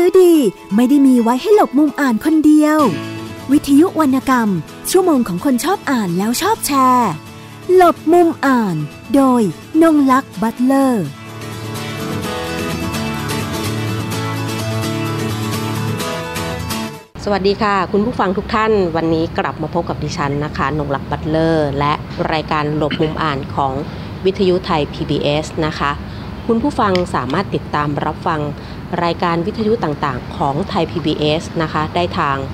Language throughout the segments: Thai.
สือดีไม่ได้มีไว้ให้หลบมุมอ่านคนเดียววิทยุวรรณกรรมชั่วโมงของคนชอบอ่านแล้วชอบแชร์หลบมุมอ่านโดยนงลักษณ์บัตเลอร์สวัสดีค่ะคุณผู้ฟังทุกท่านวันนี้กลับมาพบกับดิฉันนะคะนงลักษณ์บัตเลอร์และรายการหลบมุมอ่านของวิทยุไทย PBS นะคะคุณผู้ฟังสามารถติดตามรับฟังรายการวิทยุต่างๆของไทย PBS นะคะได้ทาง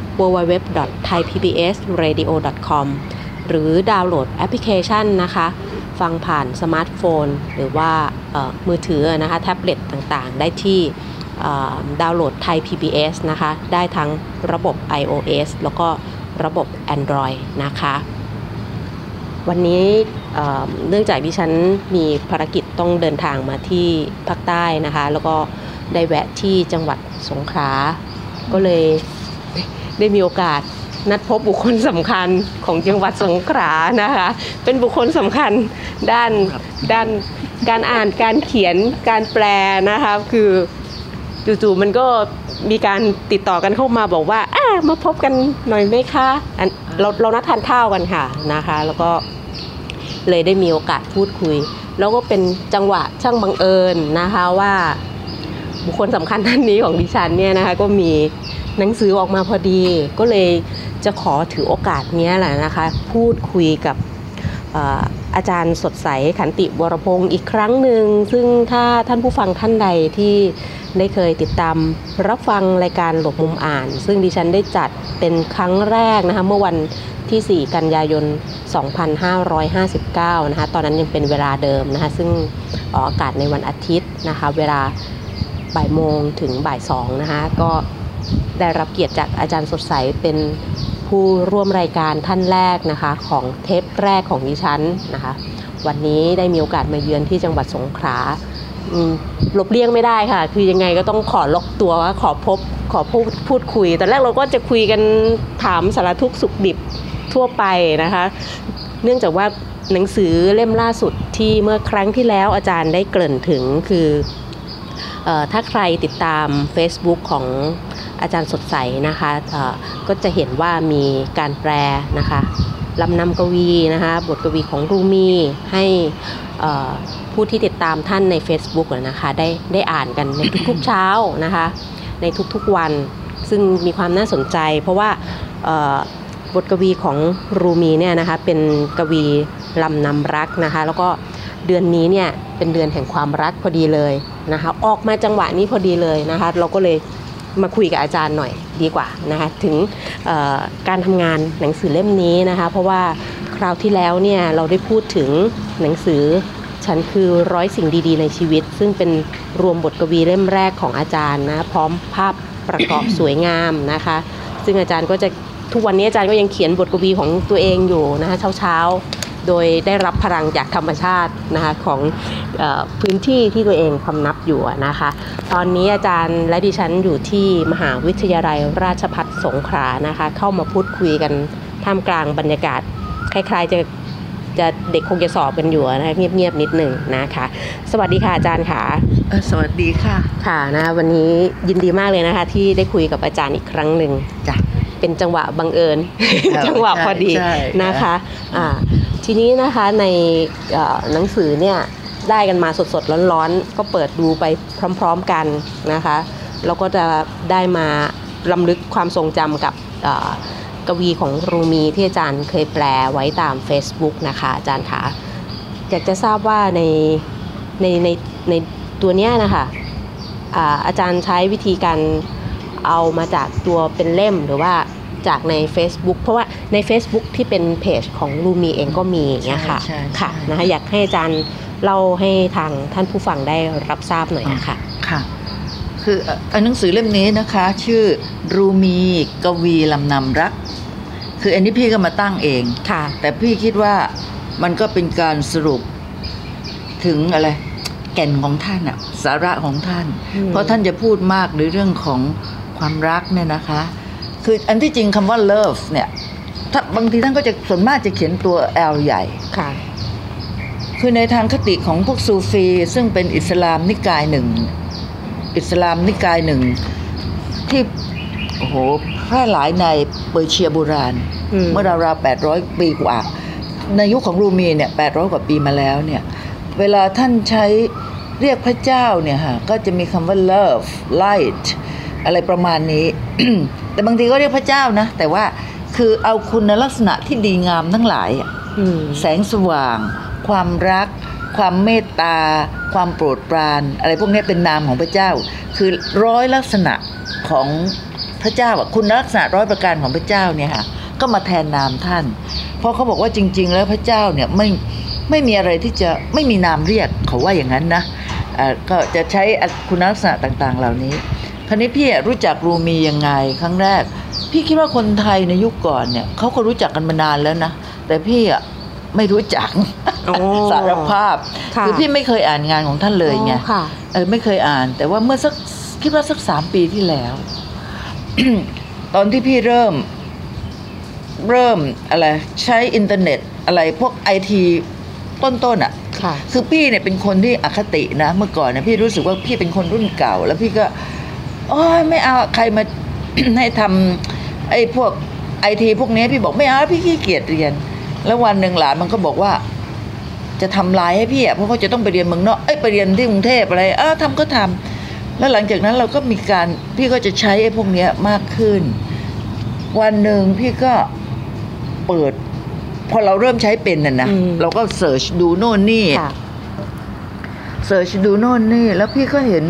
www.thaipbsradio.com หรือดาวน์โหลดแอปพลิเคชันนะคะฟังผ่านสมาร์ทโฟนหรือว่ามือถือนะคะแท็บเล็ตต่างๆได้ที่ดาวน์โหลดไทย PBS นะคะได้ทั้งระบบ iOS แล้วก็ระบบ Android นะคะวันนี้เนื่องจากดิฉันมีภารกิจต้องเดินทางมาที่ภาคใต้นะคะแล้วก็ได้แวะที่จังหวัดสงขลาก็เลยได้มีโอกาสนัดพบบุคคลสำคัญของจังหวัดสงขลานะคะเป็นบุคคลสำคัญด้านการอ่านการเขียนการแปลนะคะคือจู่ๆมันก็มีการติดต่อกันเข้ามาบอกว่ามาพบกันหน่อยไหมคะเรานัดทานข้าวกันค่ะนะคะแล้วก็เลยได้มีโอกาสพูดคุยแล้วก็เป็นจังหวะช่างบังเอิญนะคะว่าบุคคลสำคัญท่านนี้ของดิฉันเนี่ยนะคะก็มีหนังสือออกมาพอดีก็เลยจะขอถือโอกาสนี้แหละนะคะพูดคุยกับอาจารย์สดใสขันติวรพงศ์อีกครั้งหนึ่งซึ่งถ้าท่านผู้ฟังท่านใดที่ได้เคยติดตามรับฟังรายการหลบมุมอ่านซึ่งดิฉันได้จัดเป็นครั้งแรกนะคะเมื่อวันที่4กันยายน2559นะคะตอนนั้นยังเป็นเวลาเดิมนะคะซึ่งออกอากาศในวันอาทิตย์นะคะเวลาบ่ายโมงถึงบ่าย2นะคะก็ได้รับเกียรติจากอาจารย์สดใสเป็นผู้ร่วมรายการท่านแรกนะคะของเทปแรกของดิฉันนะคะวันนี้ได้มีโอกาสมาเยือนที่จังหวัดสงขลาหลบเลี่ยงไม่ได้ค่ะคือยังไงก็ต้องขอล็อกตัวว่าขอพูดคุยตอนแรกเราก็จะคุยกันถามสารทุกข์สุขดิบทั่วไปนะคะเนื่องจากว่าหนังสือเล่มล่าสุดที่เมื่อครั้งที่แล้วอาจารย์ได้เกริ่นถึงคือถ้าใครติดตาม Facebook ของอาจารย์สดใสนะคะก็จะเห็นว่ามีการแปลนะคะลำนำกวีนะคะบทกวีของรูมีให้ผู้ที่ติดตามท่านใน Facebook นะคะได้อ่านกันในทุกๆเช้านะคะในทุกๆวันซึ่งมีความน่าสนใจเพราะว่าบทกวีของรูมีเนี่ยนะคะเป็นกวีลำนำรักนะคะแล้วก็เดือนนี้เนี่ยเป็นเดือนแห่งความรักพอดีเลยนะคะออกมาจังหวะนี้พอดีเลยนะคะเราก็เลยมาคุยกับอาจารย์หน่อยดีกว่านะคะถึงการทำงานหนังสือเล่มนี้นะคะเพราะว่าคราวที่แล้วเนี่ยเราได้พูดถึงหนังสือฉันคือ100 สิ่งดีๆในชีวิตซึ่งเป็นรวมบทกวีเล่มแรกของอาจารย์นะพร้อมภาพประกอบสวยงามนะคะซึ่งอาจารย์ก็จะทุกวันนี้อาจารย์ก็ยังเขียนบทกวีของตัวเองอยู่นะคะเช้าโดยได้รับพลังจากธรรมชาตินะคะของพื้นที่ที่ตัวเองพำนับอยู่นะคะตอนนี้อาจารย์และดิฉันอยู่ที่มหาวิทยาลัยราชภัฏสงขลานะคะเข้ามาพูดคุยกันท่ามกลางบรรยากาศคล้ายๆจะเด็กคงจะสอบกันอยู่นะเงียบๆนิดหนึ่งนะคะสวัสดีค่ะอาจารย์ค่ะสวัสดีค่ะค่ะนะวันนี้ยินดีมากเลยนะคะที่ได้คุยกับอาจารย์อีกครั้งหนึ่งจ้ะเป็นจังหวะบังเอิญ จังหวะพอดีนะคะทีนี้นะคะในหนังสือเนี่ยได้กันมาสดๆร้อนๆก็เปิดดูไปพร้อมๆกันนะคะแล้วก็จะได้มาลำลึกความทรงจำกับกวีของรูมีที่อาจารย์เคยแปลไว้ตาม Facebook นะคะอาจารย์คะอยากจะทราบว่าในตัวเนี้ยนะคะอาจารย์ใช้วิธีการเอามาจากตัวเป็นเล่มหรือว่าจากใน Facebook เพราะว่าใน Facebook ที่เป็นเพจของรูมีเองก็มีอย่างเงี้ยค่ะค่ะนะคะอยากให้อาจารย์เล่าให้ทางท่านผู้ฟังได้รับทราบหน่อยนะคะค่ะคือหนังสือเล่มนี้นะคะชื่อรูมีกวีลำนำรักคืออันนี้พี่ก็มาตั้งเองค่ะแต่พี่คิดว่ามันก็เป็นการสรุปถึงอะไรแก่นของท่านอะสาระของท่านเพราะท่านจะพูดมากในเรื่องของความรักเนี่ยนะคะคืออันที่จริงคำว่า love เนี่ยถ้าบางทีท่านก็จะส่วนมากจะเขียนตัว L ใหญ่ค่ะคือในทางคติของพวกซูฟีซึ่งเป็นอิสลามนิกายหนึ่งที่โอ้โหแพร่หลายในเปอร์เซียโบราณเมื่อราวๆ800 ปีกว่าในยุคของรูมีเนี่ย800 กว่าปีมาแล้วเนี่ยเวลาท่านใช้เรียกพระเจ้าเนี่ยฮะก็จะมีคำว่า love light อะไรประมาณนี้ แต่บางทีก็เรียกพระเจ้านะแต่ว่าคือเอาคุณลักษณะที่ดีงามทั้งหลายแสงสว่างความรักความเมตตาความโปรดปรานอะไรพวกนี้เป็นนามของพระเจ้าคือ100 ลักษณะของพระเจ้าคุณลักษณะ100 ประการของพระเจ้าเนี่ยค่ะก็มาแทนนามท่านเพราะเขาบอกว่าจริงๆแล้วพระเจ้าเนี่ยไม่มีอะไรที่จะไม่มีนามเรียกเขาว่าอย่างนั้นนะก็จะใช้คุณลักษณะต่างๆเหล่านี้คราวนี้พี่รู้จักรูมียังไงครั้งแรกพี่คิดว่าคนไทยในยุคก่อนเนี่ยเขาก็รู้จักกันมานานแล้วนะแต่พี่ไม่รู้จัก สารภาพคือพี่ไม่เคยอ่านงานของท่านเลยไงไม่เคยอ่านแต่ว่าเมื่อคิดว่าสัก3 ปีที่แล้ว ตอนที่พี่เริ่มอะไรใช้อินเทอร์เน็ตอะไรพวกITต้นคือพี่เนี่ยเป็นคนที่อคตินะเมื่อก่อนนะพี่รู้สึกว่าพี่เป็นคนรุ่นเก่าแล้วพี่ก็ไม่เอาใครมา ให้ทำไอ้พวกITพวกนี้พี่บอกไม่เอาพี่ขี้เกียจเรียนแล้ววันหนึ่งหลานมันก็บอกว่าจะทำไลน์ให้พี่เพราะเขาจะต้องไปเรียนเมืองนอกไปเรียนที่กรุงเทพอะไรทำก็ทำแล้วหลังจากนั้นเราก็มีการพี่ก็จะใช้ไอ้พวกนี้มากขึ้นวันหนึ่งพี่ก็เปิดพอเราเริ่มใช้เป็นนะเราก็เสิร์ชดูโน่นนี่เสิร์ชดูโน่นนี่แล้วพี่ก็เห็น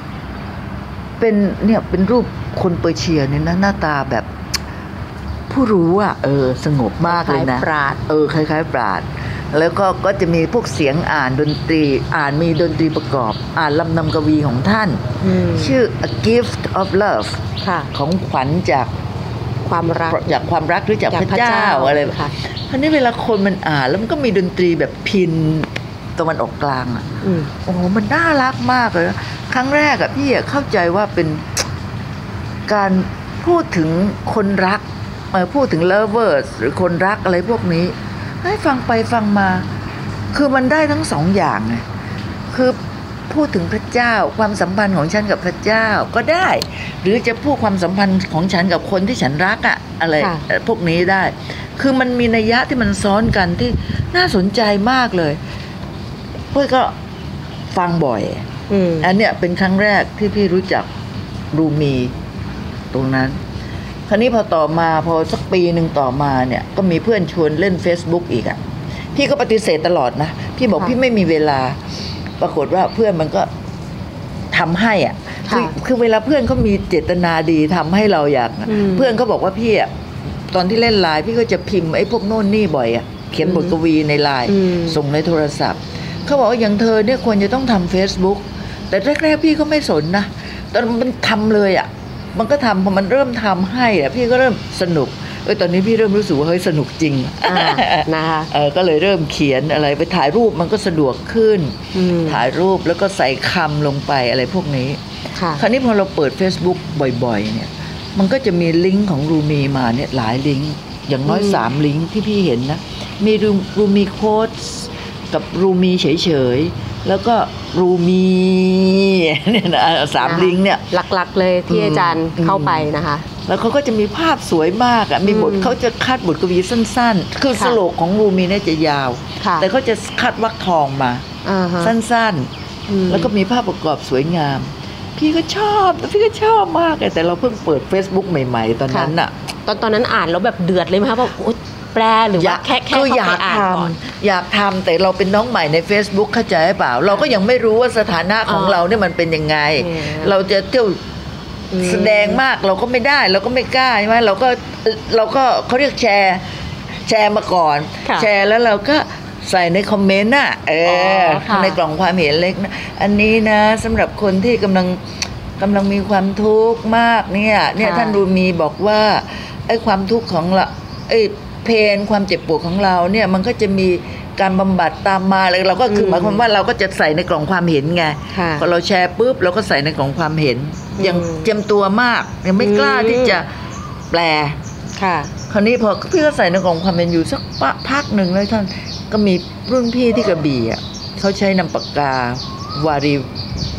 เป็นรูปคนเปอร์เซียเนี่ยนะหน้าตาแบบผู้รู้สงบมากเลยนะคล้ายๆปราชญ์แล้วก็จะมีพวกเสียงอ่านดนตรีมีดนตรีประกอบลำนำกวีของท่านชื่อ A Gift of Love ของขวัญจากความรักหรือจากพระเจ้าอะไรค่ะคราวนี้เวลาคนมันอ่านแล้วมันก็มีดนตรีแบบพินตะวันออกกลางโอ้โหมันน่ารักมากเลยครั้งแรกพี่เข้าใจว่าเป็นการพูดถึงคนรักพูดถึง lovers หรือคนรักอะไรพวกนี้ให้ฟังไปฟังมาคือมันได้ทั้ง2 อย่างไงคือพูดถึงพระเจ้าความสัมพันธ์ของฉันกับพระเจ้าก็ได้หรือจะพูดความสัมพันธ์ของฉันกับคนที่ฉันรักอะไรพวกนี้ได้คือมันมีนัยยะที่มันซ้อนกันที่น่าสนใจมากเลยเพื่อก็ฟังบ่อยอันเนี้ยเป็นครั้งแรกที่พี่รู้จักรูมีตรงนั้นคราวนี้พอสักปีนึงต่อมาเนี่ยก็มีเพื่อนชวนเล่น Facebook อีกพี่ก็ปฏิเสธตลอดนะพี่บอกพี่ไม่มีเวลาปรากฏว่าเพื่อนมันก็ทำให้คือเวลาเพื่อนเขามีเจตนาดีทำให้เราอยากเพื่อนเขาบอกว่าพี่ตอนที่เล่นไลน์พี่ก็จะพิมพ์ไอ้พวกโน่นนี่บ่อยเขียนบทกวีในไลน์ส่งในโทรศัพท์เขาบอกว่าอย่างเธอเนี่ยควรจะต้องทำ Facebook แต่แรกๆพี่ก็ไม่สนนะตอนมันทำเลยมันก็ทำพอมันเริ่มทำให้พี่ก็เริ่มสนุกตอนนี้พี่เริ่มรู้สึกว่าเฮ้ยสนุกจริงนะคะก็เลยเริ่มเขียนอะไรไปถ่ายรูปมันก็สะดวกขึ้นถ่ายรูปแล้วก็ใส่คำลงไปอะไรพวกนี้คราวนี้พอเราเปิด Facebook บ่อยๆเนี่ยมันก็จะมีลิงก์ของรูมีมาเนี่ยหลายลิงก์อย่างน้อย3 ลิงก์ที่พี่เห็นนะมีรูมีโค้ดกับรูมีเฉยๆแล้วก็รูมีเนี่ยนะ3 ลิงก์เนี่ยหลักๆเลยที่อาจารย์เข้าไปนะคะแล้วเขาก็จะมีภาพสวยมากมีบทเขาจะคัดบทกวีสั้นๆคือสโลกของรูมีเนี่ยจะยาวแต่เขาจะคัดวรรคทองมาสั้นๆแล้วก็มีภาพประกอบสวยงามพี่ก็ชอบมากแต่เราเพิ่งเปิด Facebook ใหม่ๆตอนนั้นตอนนั้นอ่านแล้วแบบเดือดเลยไหมคะว่าแปลหรือว่าแค่เข้าไปอ่านก่อนอยากทำแต่เราเป็นน้องใหม่ใน Facebook เข้าใจเปล่าเราก็ยังไม่รู้ว่าสถานะของเราเนี่ยมันเป็นยังไงเราจะเที่ยวแสดงมากเราก็ไม่ได้เราก็ไม่กล้าใช่ไหมเราก็เขาเรียกแชร์มาก่อนแชร์แล้วเราก็ใส่ในคอมเมนต์ในกล่องความเห็นเล็กนะอันนี้นะสำหรับคนที่กำลังมีความทุกข์มากเนี่ยท่านรูมีบอกว่าไอ้ความทุกข์ของเราไอ้เพนความเจ็บปวดของเราเนี่ยมันก็จะมีการบำบัดตามมาเลยเราก็คือหมายความว่าเราก็จะใส่ในกล่องความเห็นไงพอเราแชร์ปุ๊บเราก็ใส่ในกล่องความเห็นยังเจียมตัวมากยังไม่กล้าที่จะแปลคราวนี้พอพี่ก็ใส่ในกล่องความเห็นอยู่สักพักหนึ่งแล้วท่านก็มีรุ่นพี่ที่กระบี่เขาใช้นำปากกาวารี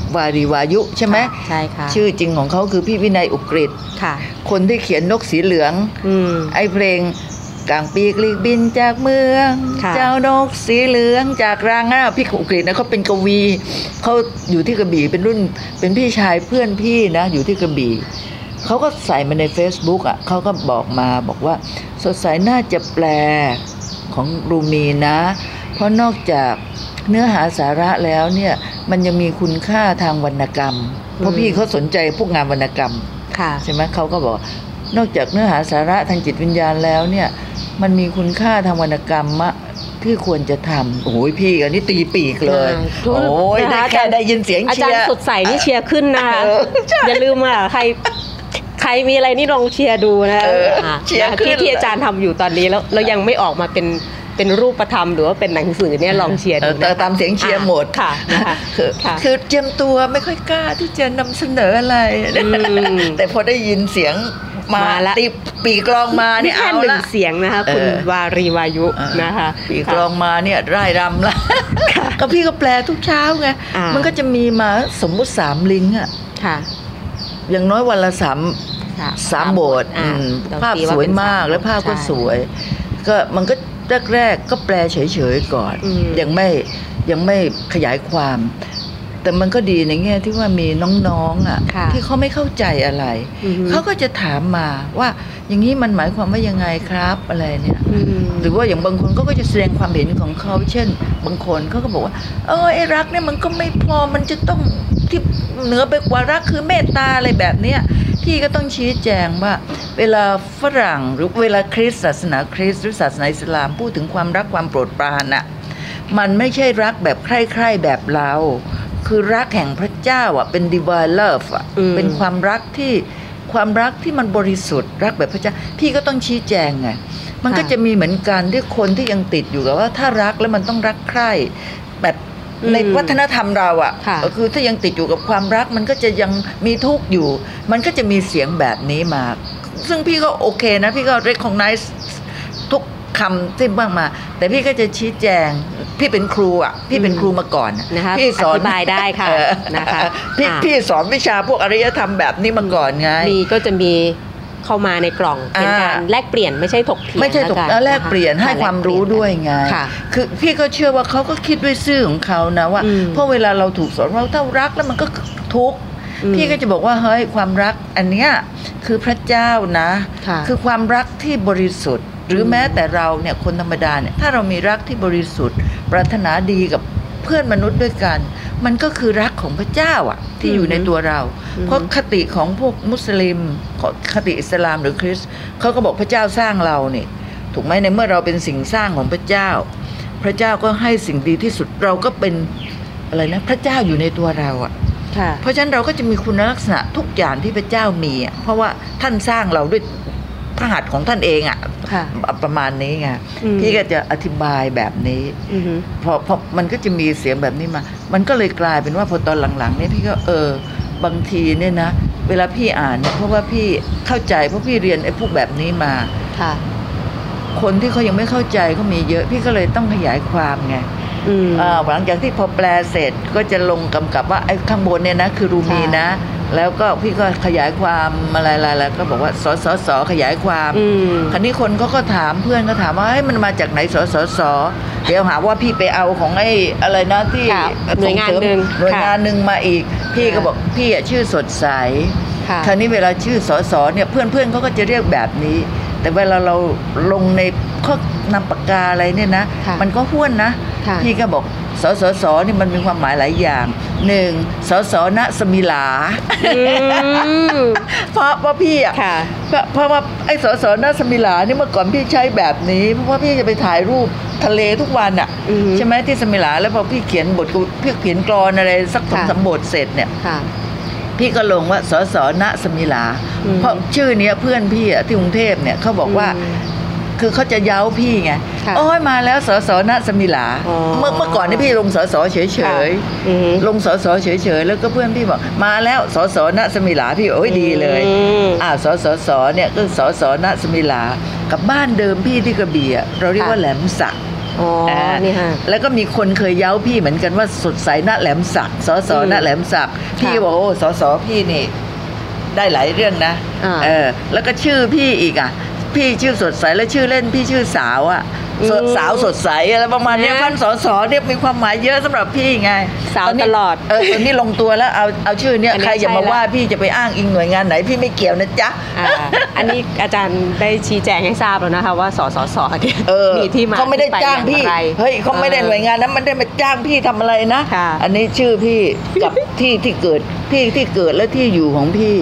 วารีวายุใช่ไหมใช่ค่ะชื่อจริงของเขาคือพี่วินัยอุกฤษค่ะคนที่เขียนนกสีเหลืองไอเพลงกลางปีกลีกบินจากเมืองเจ้านกสีเหลืองจากรังนะพี่อุกฤษนะเขาเป็นกวีเขาอยู่ที่กระบี่เป็นรุ่นเป็นพี่ชายเพื่อนพี่นะอยู่ที่กระบี่เขาก็ใส่มาใน Facebook อ่ะเขาก็บอกว่าสดใสน่าจะแปลของรูมีนะเพราะนอกจากเนื้อหาสาระแล้วเนี่ยมันยังมีคุณค่าทางวรรณกรรมเพราะพี่เขาสนใจพวกงานวรรณกรรมใช่ไหมเขาก็บอกนอกจากเนื้อหาสาระทางจิตวิญญาณแล้วเนี่ยมันมีคุณค่าทางวรรณกรรมที่ควรจะทำโอ้ยพี่อันนี้ตีปีกเลยโอ้ยได้แค่ได้ยินเสียงเชียร์อาจารย์สดใสนี่เชียร์ขึ้นนะคะอย่าลืมใครมีอะไรนี่ลองเชียร์ดูนะที่อาจารย์ทำอยู่ตอนนี้แล้วยังไม่ออกมาเป็นรูปธรรมหรือว่าเป็นหนังสือเนี่ยลองเชียร์ดูตามเสียงเชียร์หมดค่ะคือเจียมตัวไม่ค่อยกล้าที่จะนำเสนออะไรแต่พอได้ยินเสียงมาตีปีกลองมาเนี่ยแค่หนึ่งเสียงนะคะคุณวารีวายุนะคะปีกลองมาเนี่ยร่ายรำละก็พี่ก็แปลทุกเช้าไงมันก็จะมีมาสมมุติ3ลิงก์อ่ะอย่างน้อยวันละ3บทภาพสวยมากและภาพก็สวยก็มันก็แรกๆก็แปลเฉยๆก่อนยังไม่ขยายความแต่มันก็ดีในแง่ที่ว่ามีน้องๆอ่ะที่เขาไม่เข้าใจอะไรเขาก็จะถามมาว่าอย่างนี้มันหมายความว่ายังไงครับอะไรเนี่ยหรือว่าอย่างบางคนก็จะแสดงความเห็นของเขาเช่นบางคนเขาก็บอกว่าไอ้รักเนี่ยมันก็ไม่พอมันจะต้องที่เหนือไปกว่ารักคือเมตตาอะไรแบบเนี้ยพี่ก็ต้องชี้แจงว่าเวลาฝรั่งหรือเวลาคริสต์ศาสนาคริสต์หรือศาสนาอิสลามพูดถึงความรักความโปรดปรานน่ะมันไม่ใช่รักแบบใคร่ๆแบบเราคือรักแห่งพระเจ้าอ่ะเป็น divine love อ่ะเป็นความรักที่มันบริสุทธิ์รักแบบพระเจ้าพี่ก็ต้องชี้แจงไงมันก็จะมีเหมือนกันที่คนที่ยังติดอยู่กับว่าถ้ารักแล้วมันต้องรักใคร่แบบในวัฒนธรรมเราอ่ะก็คือถ้ายังติดอยู่กับความรักมันก็จะยังมีทุกข์อยู่มันก็จะมีเสียงแบบนี้มาซึ่งพี่ก็โอเคนะพี่ก็ recognize ทุกคำที่บ้างมาแต่พี่ก็จะชี้แจงพี่เป็นครูอ่ะพี่เป็นครูมาก่อนนะคะพี่สอนอธิบายได้ค่ะนะคะพี่สอนวิชาพวกอารยธรรมแบบนี้มาก่อนไงมีก็จะมีเข้ามาในกล่องเป็นการแลกเปลี่ยนไม่ใช่ถกเถียงไม่ใช่ถกแลกเปลี่ยนให้ความรู้ด้วยไงคือพี่ก็เชื่อว่าเขาก็คิดด้วยซื่อของเขานะว่าเพราะเวลาเราถูกสอนว่าถ้ารักแล้วมันก็ทุกข์พี่ก็จะบอกว่าเฮ้ยความรักอันเนี้ยคือพระเจ้านะคือความรักที่บริสุทธิ์หรือแม้แต่เราเนี่ยคนธรรมดาเนี่ยถ้าเรามีรักที่บริสุทธิ์ปรารถนาดีกับเพื่อนมนุษย์ด้วยกันมันก็คือรักของพระเจ้าอ่ะที่อยู่ในตัวเราเพราะคติของพวกมุสลิมคติอิสลามหรือคริสต์เขาก็บอกพระเจ้าสร้างเราเนี่ยถูกไหมในเมื่อเราเป็นสิ่งสร้างของพระเจ้าพระเจ้าก็ให้สิ่งดีที่สุดเราก็เป็นอะไรนะพระเจ้าอยู่ในตัวเราอ่ะเพราะฉะนั้นเราก็จะมีคุณลักษณะทุกอย่างที่พระเจ้ามีอ่ะเพราะว่าท่านสร้างเราด้วยพระหัตถ์ของท่านเองอ่ะประมาณนี้ไงพี่ก็จะอธิบายแบบนี้พอมันก็จะมีเสียงแบบนี้มามันก็เลยกลายเป็นว่าพอตอนหลังๆเนี่ยพี่ก็บางทีเนี่ยนะเวลาพี่อ่านเนี่ยเพราะว่าพี่เข้าใจเพราะพี่เรียนไอ้พวกแบบนี้มาคนที่เขายังไม่เข้าใจก็มีเยอะพี่ก็เลยต้องขยายความไงหลังจากที่พอแปลเสร็จก็จะลงกำกับว่าไอ้ข้างบนเนี่ยนะคือรูมีนะแล้วก็พี่ก็ขยายความอะไรแล้วก็บอกว่าสขยายความคราวนี้คนก็ถามเพื่อนก็ถามว่ามันมาจากไหนสเดี๋ยวหาว่าพี่ไปเอาของไอ้อะไรนะที่หน่วยงานนึงมาอีกพี่ก็บอกพี่ชื่อสดใสคราวนี้เวลาชื่อสเนี่ยเพื่อนเขาก็จะเรียกแบบนี้แต่เวลาเราลงในข้อนำปากกาอะไรเนี่ยนะมันก็ห้วนนะพี่ก็บอกสนี่มันมีความหมายหลายอย่าง1สณสมิลาเพราะพี่อ่ะเพราะว่าไอ้สณสมิลานี่เมื่อก่อนพี่ใช้แบบนี้เพราะว่าพี่จะไปถ่ายรูปทะเลทุกวันอ่ะใช่ไหมที่สมิลาแล้วพอพี่เขียนบทพี่เขียนกลอนอะไรสัก2-3 บทเสร็จเนี่ยพี่ก็ลงว่าสณสมิลาเพราะชื่อเนี้ยเพื่อนพี่อ่ะที่กรุงเทพเนี่ยเขาบอกว่าคือเขาจะเย้าพี่ไงโอ้ยมาแล้วสณสมิลาเมื่อก่อนนี่พี่ลงสเฉยๆลงสเฉยๆแล้วก็เพื่อนพี่บอกมาแล้วสณสมิลาพี่โอ้ยดีเลยสเนี่ยก็สณสมิลากับบ้านเดิมพี่ที่กระบี่เราเรียกว่าแหลมสักอ๋อนี่ค่ะแล้วก็มีคนเคยเย้าพี่เหมือนกันว่าสดใสณแหลมสักสสณแหลมสักพี่บอกโอ้สสพี่นี่ได้หลายเรื่องนะแล้วก็ชื่อพี่อีกอ่ะพี่ชื่อสดใสและชื่อเล่นพี่ชื่อสาวอ่ะสาวสดใสอะไรประมาณนี้พันสสเนี่ยมีความหมายเยอะสำหรับพี่ไงสาวตลอดตอนนี้ลงตัวแล้วเอาชื่อเนี้ยใครอย่ามาว่าพี่จะไปอ้างอิงหน่วยงานไหนพี่ไม่เกี่ยวนะจ๊ะอันนี้อาจารย์ได้ชี้แจงให้ทราบแล้วนะคะว่าสสสเนี่ยมีที่มาเขาไม่ได้จ้างพี่เฮ้ยเขาไม่ได้หน่วยงานนั้นมันได้มาจ้างพี่ทำอะไรนะอันนี้ชื่อพี่กับที่เกิดที่เกิดและที่อยู่ของพี่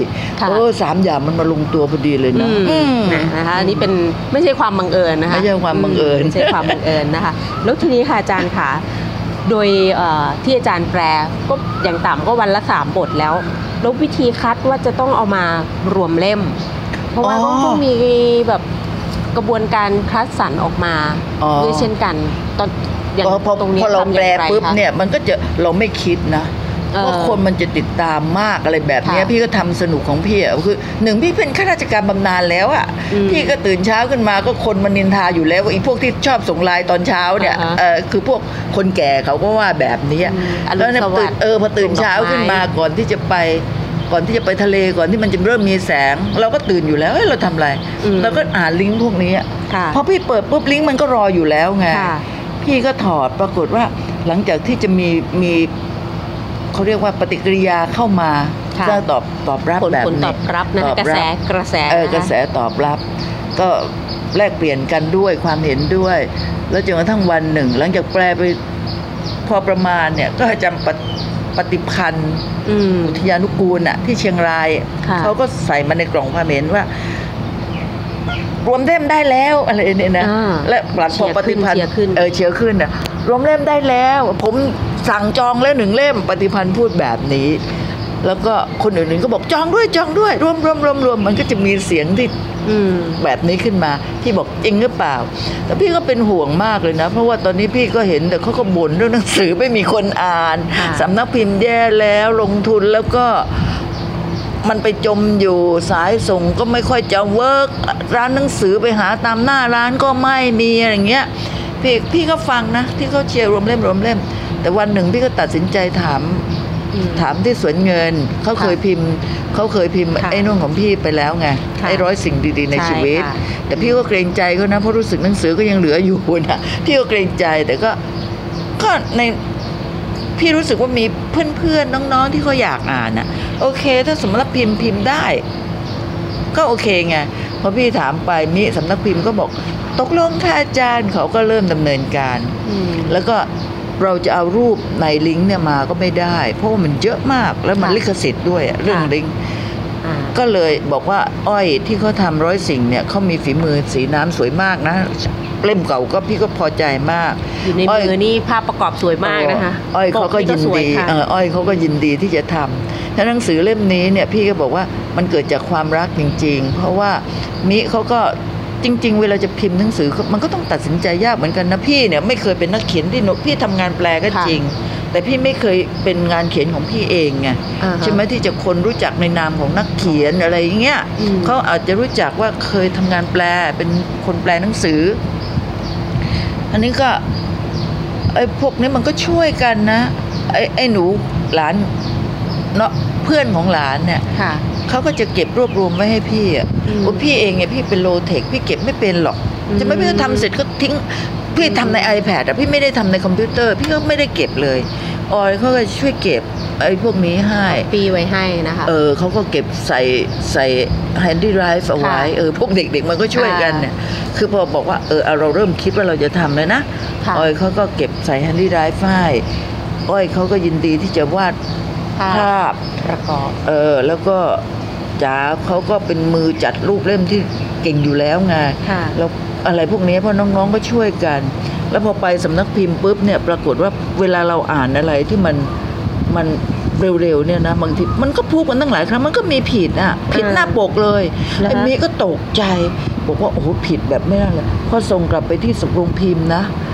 3 อย่างมันมาลงตัวพอดีเลยนะนะคะอันนี้เป็นไม่ใช่ความบังเอิญนะคะไม่ใช่ความบังเอิญไม่ใช่ความบังเอิญนะคะแล้วทีนี้ค่ะอาจารย์ค่ะโดยที่อาจารย์แปลก็อย่างต่ำก็วันละ3 บทแล้ววิธีคัดว่าจะต้องเอามารวมเล่มเพราะว่าต้องมีแบบกระบวนการคัดสรรออกมาด้วยเช่นกันตอนอย่างตรงนี้พอเราแปลปุ๊บเนี่ยมันก็จะเราไม่คิดนะว่าคนมันจะติดตามมากอะไรแบบนี้พี่ก็ทำสนุกของพี่อ่ะคือ1พี่เป็นข้าราชการบำนาญแล้วอ่ะพี่ก็ตื่นเช้าขึ้นมาก็คนมันนินทาอยู่แล้วว่าไอ้พวกที่ชอบส่งไลน์ตอนเช้าเนี่ยคือพวกคนแก่เขาก็ว่าแบบนี้แล้วเนี่ยพอตื่นเช้าขึ้นมาก่อนที่จะไปทะเลก่อนที่มันจะเริ่มมีแสงเราก็ตื่นอยู่แล้วเราทำอะไรเราก็อ่านลิงก์พวกนี้พอพี่เปิดปุ๊บลิงก์มันก็รออยู่แล้วไงพี่ก็ถอดปรากฏว่าหลังจากที่จะมีเขาเรียกว่าปฏิกิริยาเข้ามาจะตอบรับแบบนี้ตอบรับนะกระแสตอบรับก็แลกเปลี่ยนกันด้วยความเห็นด้วยแล้วจนกระทั่งวันหนึ่งหลังจากแปลไปพอประมาณเนี่ยก็จำปฏิพันธ์อุทยานุกูลที่เชียงรายเขาก็ใส่มาในกล่องความเห็นว่ารวมเล่มได้แล้วอะไรเนี่ยนะและพอปฏิพันธ์เชียร์ขึ้นรวมเล่มได้แล้วผมสั่งจองแล้ว1 เล่มปฏิพันธ์พูดแบบนี้แล้วก็คนอื่นๆก็บอกจองด้วยรวมมันก็จะมีเสียงที่แบบนี้ขึ้นมาพี่บอกจริงหรือเปล่าแต่พี่ก็เป็นห่วงมากเลยนะเพราะว่าตอนนี้พี่ก็เห็นแต่เขาก็บ่นเรื่องหนังสือไม่มีคนอ่านสำนักพิมพ์แย่แล้วลงทุนแล้วก็มันไปจมอยู่สายส่งก็ไม่ค่อยจะเวิร์กร้านหนังสือไปหาตามหน้าร้านก็ไม่มีอะไรอย่างเงี้ยพี่ก็ฟังนะที่เขาเชียร์รวมเล่มแต่วันหนึ่งพี่ก็ตัดสินใจถามที่สวนเงินเขาเคยพิมพ์ไอ้นู่นของพี่ไปแล้วไงไอ้100 สิ่งดีๆในชีวิตแต่พี่ก็เกรงใจเขานะเพราะรู้สึกหนังสือก็ยังเหลืออยู่นะพี่ก็เกรงใจแต่ก็ในพี่รู้สึกว่ามีเพื่อนๆน้องๆที่เขาอยากอ่านโอเคถ้าสมมติพิมพ์ได้ก็โอเคไงพอพี่ถามไปมีสำนักพิมพ์ก็บอกตกลงค่ะอาจารย์เขาก็เริ่มดำเนินการแล้วก็เราจะเอารูปในลิงก์เนี่ยมาก็ไม่ได้เพราะว่ามันเยอะมากแล้วมันลิขสิทธิ์ด้วยเรื่องลิงก์ก็เลยบอกว่าอ้อยที่เขาทำ100 สิ่งเนี่ยเขามีฝีมือสีน้ำสวยมากนะเล่มเก่าก็พี่ก็พอใจมากอยู่ในมือนี่ภาพประกอบสวยมากนะคะอ้อยเขาก็ยินดีอ้อยเขาก็ยินดีที่จะทำถ้าหนังสือเล่มนี้เนี่ยพี่ก็บอกว่ามันเกิดจากความรักจริงๆเพราะว่ามิเขาก็จริงๆเวลาจะพิมพ์หนังสือมันก็ต้องตัดสินใจยากเหมือนกันนะพี่เนี่ยไม่เคยเป็นนักเขียนที่พี่ทำงานแปลก็จริงแต่พี่ไม่เคยเป็นงานเขียนของพี่เองไงใช่ไหมที่จะคนรู้จักในนามของนักเขียนอะไรอย่างเงี้ยเขาอาจจะรู้จักว่าเคยทำงานแปลเป็นคนแปลหนังสืออันนี้ก็ไอ้พวกนี้มันก็ช่วยกันนะไอ้หนูหลานเนาะเพื่อนของหลานเนี่ยเขาก็จะเก็บรวบรวมไว้ให้พี่ว่าพี่เองไงพี่เป็นโลเทคพี่เก็บไม่เป็นหรอกจะไม่พี่ทำเสร็จก็ทิ้งพี่ทำใน iPad พี่ไม่ได้ทำในคอมพิวเตอร์พี่ก็ไม่ได้เก็บเลยออยเขาก็ช่วยเก็บไอ้พวกนี้ให้ปีไว้ให้นะคะเขาก็เก็บใส่ handy drive เอาไว้พวกเด็กๆมันก็ช่วยกันเนี่ยคือพอบอกว่าเราเริ่มคิดว่าเราจะทำเลยนะออยเขาก็เก็บใส่ handy drive ให้อ้อยเขาก็ยินดีที่จะวาดภาพประกอบแล้วก็จ๋าเขาก็เป็นมือจัดรูปเล่มที่เก่งอยู่แล้วไงแล้วอะไรพวกนี้เพราะน้องๆก็ช่วยกันแล้วพอไปสำนักพิมพ์ปุ๊บเนี่ยปรากฏว่าเวลาเราอ่านอะไรที่มันเร็วๆเนี่ยนะบางทีมันก็พูดกันตั้งหลายครั้งมันก็มีผิดหน้าปกเลยไอ้มีก็ตกใจบอกว่าโอ้โหผิดแบบไม่ได้เลยพอส่งกลับไปที่สำนักพิมพ์นะ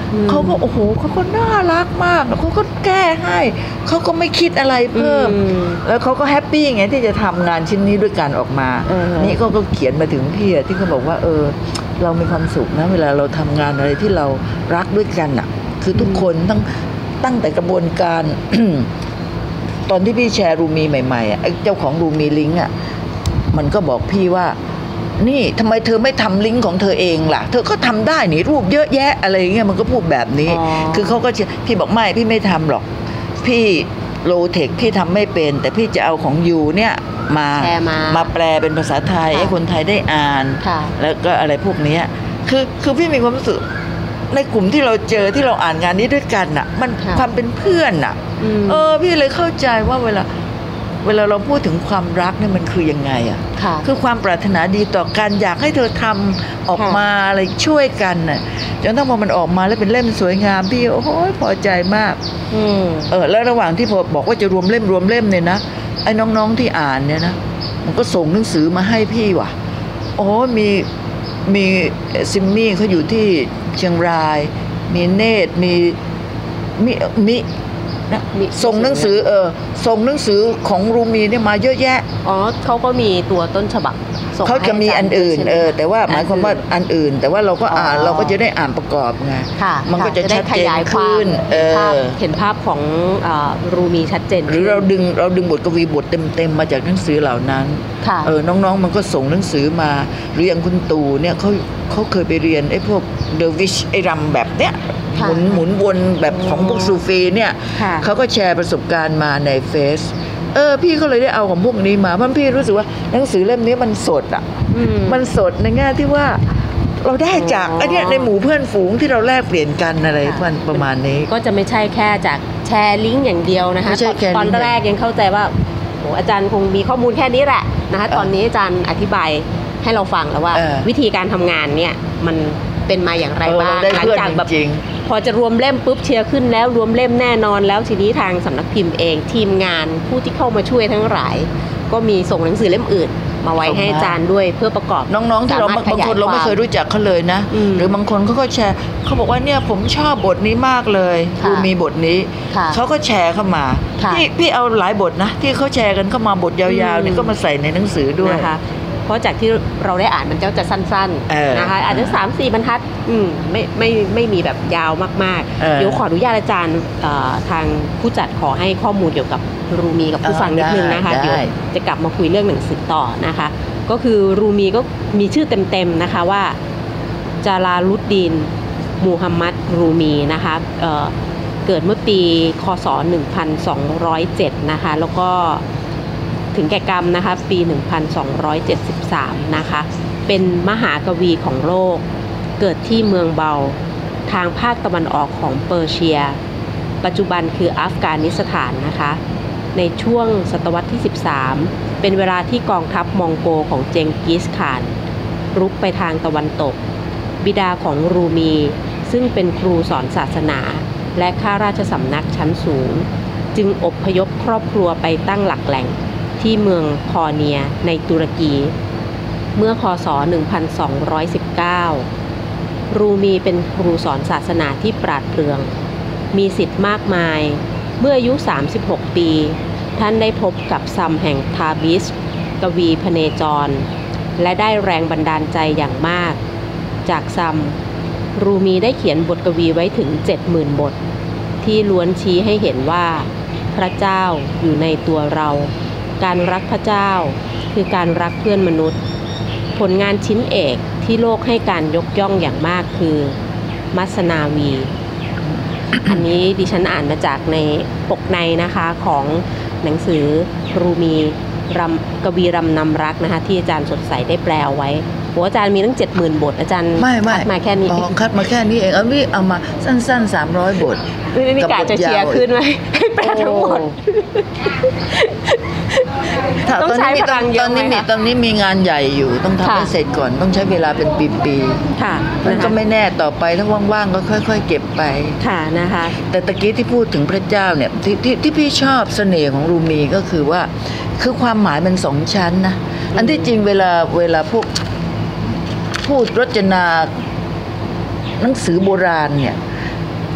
เขาก็โอ้โหเขาก็น่ารักมากเขาก็แก้ให้เขาก็ไม่คิดอะไรเพิ่มแล้วเขาก็แฮปปี้ไงที่จะทำงานชิ้นนี้ด้วยกันออกมานี่ก็เขียนมาถึงพี่ที่เขาบอกว่าเรามีความสุขนะเวลาเราทำงานอะไรที่เรารักด้วยกันอ่ะคือทุกคนตั้งแต่กระบวนการ ตอนที่พี่แชร์รูมีใหม่ๆอ่ะเจ้าของรูมีลิงก์อ่ะมันก็บอกพี่ว่านี่ทำไมเธอไม่ทำลิงก์ของเธอเองล่ะเธอก็ทำได้นี่รูปเยอะแยะอะไรเงี้ยมันก็พูดแบบนี้คือเขาก็พี่บอกไม่พี่ไม่ทำหรอกพี่โลเทคพี่ทำไม่เป็นแต่พี่จะเอาของยูเนี่ยมาแปลเป็นภาษาไทยให้คนไทยได้อ่านแล้วก็อะไรพวกนี้คือพี่มีความรู้สึกในกลุ่มที่เราเจอที่เราอ่านงานนี้ด้วยกันน่ะมันความเป็นเพื่อนน่ะพี่เลยเข้าใจว่าเวลาเราพูดถึงความรักเนี่ยมันคือยังไงอ่ะคือความปรารถนาดีต่อกันอยากให้เธอทำออกมาอะไรช่วยกันน่ะจนถ้าพอมันออกมาแล้วเป็นเล่มสวยงามพี่โอ้โหพอใจมากแล้วระหว่างที่พอบอกว่าจะรวมเล่มเนี่ยนะไอ้น้องๆที่อ่านเนี่ยนะมันก็ส่งหนังสือมาให้พี่ว่ะโอ้มีซิมมี่เขาอยู่ที่เชียงรายมีเนตรมีนะส่งหนังสือส่งหนังสือของรูมีเนี่ยมาเยอะแยะเขาก็มีตัวต้นฉบับเขาจะมีอันอื่นแต่ว่าหมายความว่าอันอื่นแต่ว่าเราก็อ่านเราก็จะได้อ่านประกอบไงมันก็จะชัดเจนขึ้นเห็นภาพของรูมีชัดเจนหรือเราดึงบทกวีบทเต็มมาจากหนังสือเหล่านั้นน้องๆมันก็ส่งหนังสือมาหรืออย่างคุณตู่เนี่ยเขาเคยไปเรียนไอ้พวกเดวิชไอ้รำแบบเนี้ยหมุนวนแบบของพวกซูฟีเนี่ยเขาก็แชร์ประสบการณ์มาในเฟซพี่ก็เลยได้เอาของพวกนี้มาเพราะพี่รู้สึกว่าหนังสือเล่มนี้มันสดอ่ะมันสดในแง่ที่ว่าเราได้จากอันนี้ในหมู่เพื่อนฝูงที่เราแลกเปลี่ยนกันอะไรประมาณนี้ก็จะไม่ใช่แค่จากแชร์ลิงก์อย่างเดียวนะคะตอนแรกยังเข้าใจว่าโอ้อาจารย์คงมีข้อมูลแค่นี้แหละนะคะตอนนี้อาจารย์อธิบายให้เราฟังแล้วว่าวิธีการทำงานเนี่ยมันเป็นมาอย่างไรบ้างหลังจากแบบพอจะรวมเล่มปุ๊บเชียร์ขึ้นแล้วรวมเล่มแน่นอนแล้วทีนี้ทางสำนักพิมพ์เองทีมงานผู้ที่เข้ามาช่วยทั้งหลายก็มีส่งหนังสือเล่มอื่นมาไว้ให้อาจารย์ด้วยเพื่อประกอบน้องๆที่เราบางคนเราไม่เคยรู้จักเขาเลยนะหรือบางคนเขาก็แชร์เขาบอกว่าเนี่ยผมชอบบทนี้มากเลยดูมีบทนี้เขาก็แชร์เข้ามาพี่เอาหลายบทนะที่เขาแชร์กันเข้ามาบทยาวๆนี่ก็มาใส่ในหนังสือด้วยเพราะจากที่เราได้อ่านมันจะสั้นๆนะคะอาจจะ 3-4 บรรทัดไม่มีแบบยาวมากๆเดี๋ยวขออนุญาตอาจารย์ทางผู้จัดขอให้ข้อมูลเกี่ยวกับรูมีกับผู้ฟังนิดนึงนะคะเดี๋ยวจะกลับมาคุยเรื่องหนังสือต่อนะคะก็คือรูมีก็มีชื่อเต็มๆนะคะว่าจาลาลุดดีนมูฮัมหมัดรูมีนะคะเกิดเมื่อปีคศ1207นะคะแล้วก็ถึงแก่กรรมนะคะปี1273นะคะเป็นมหากวีของโลกเกิดที่เมืองเบาทางภาคตะวันออกของเปอร์เซียปัจจุบันคืออัฟกานิสถานนะคะในช่วงศตวรรษที่13เป็นเวลาที่กองทัพมองโกของเจงกิสข่านรุกไปทางตะวันตกบิดาของรูมีซึ่งเป็นครูสอนศาสนาและข้าราชสำนักชั้นสูงจึงอพยพครอบครัวไปตั้งหลักแหล่งที่เมืองคอเนียในตุรกีเมื่อคศ1219รูมีเป็นครูสอนศาสนาที่ปราดเปรื่องมีสิทธิ์มากมายเมื่ออายุ36ปีท่านได้พบกับซัมแห่งทาบิสกวีพเนจรและได้แรงบันดาลใจอย่างมากจากซัมรูมีได้เขียนบทกวีไว้ถึง 70,000 บทที่ล้วนชี้ให้เห็นว่าพระเจ้าอยู่ในตัวเราการรักพระเจ้าคือการรักเพื่อนมนุษย์ผลงานชิ้นเอกที่โลกให้การยกย่องอย่างมากคือมัสนาวี อันนี้ดิฉันอ่านมาจากในปกในนะคะของหนังสือรูมีกวีรำนำรักนะคะที่อาจารย์สดใสได้แปลเอาไว้โหอาจารย์มีตั้ง 70,000 บทอาจารย์คัดมาแค่นี้คัดมาแค่นี้เองเอามาสั้นๆ300 บทนี่กะจะเชียร์ขึ้นไหมให้แปลทั้งหมดต้องใช้พลังเยอะตอนนี้มีงานใหญ่อยู่ต้องทำให้เสร็จก่อนต้องใช้เวลาเป็นปีๆค่ะมันก็ไม่แน่ต่อไปถ้าว่างๆก็ค่อยๆเก็บไปค่ะนะคะแต่ตะกี้ที่พูดถึงพระเจ้าเนี่ยที่พี่ชอบเสน่ห์ของรูมีก็คือว่าคือความหมายมัน2 ชั้นนะอันที่จริงเวลาพวกพูดรจนาหนังสือโบราณเนี่ย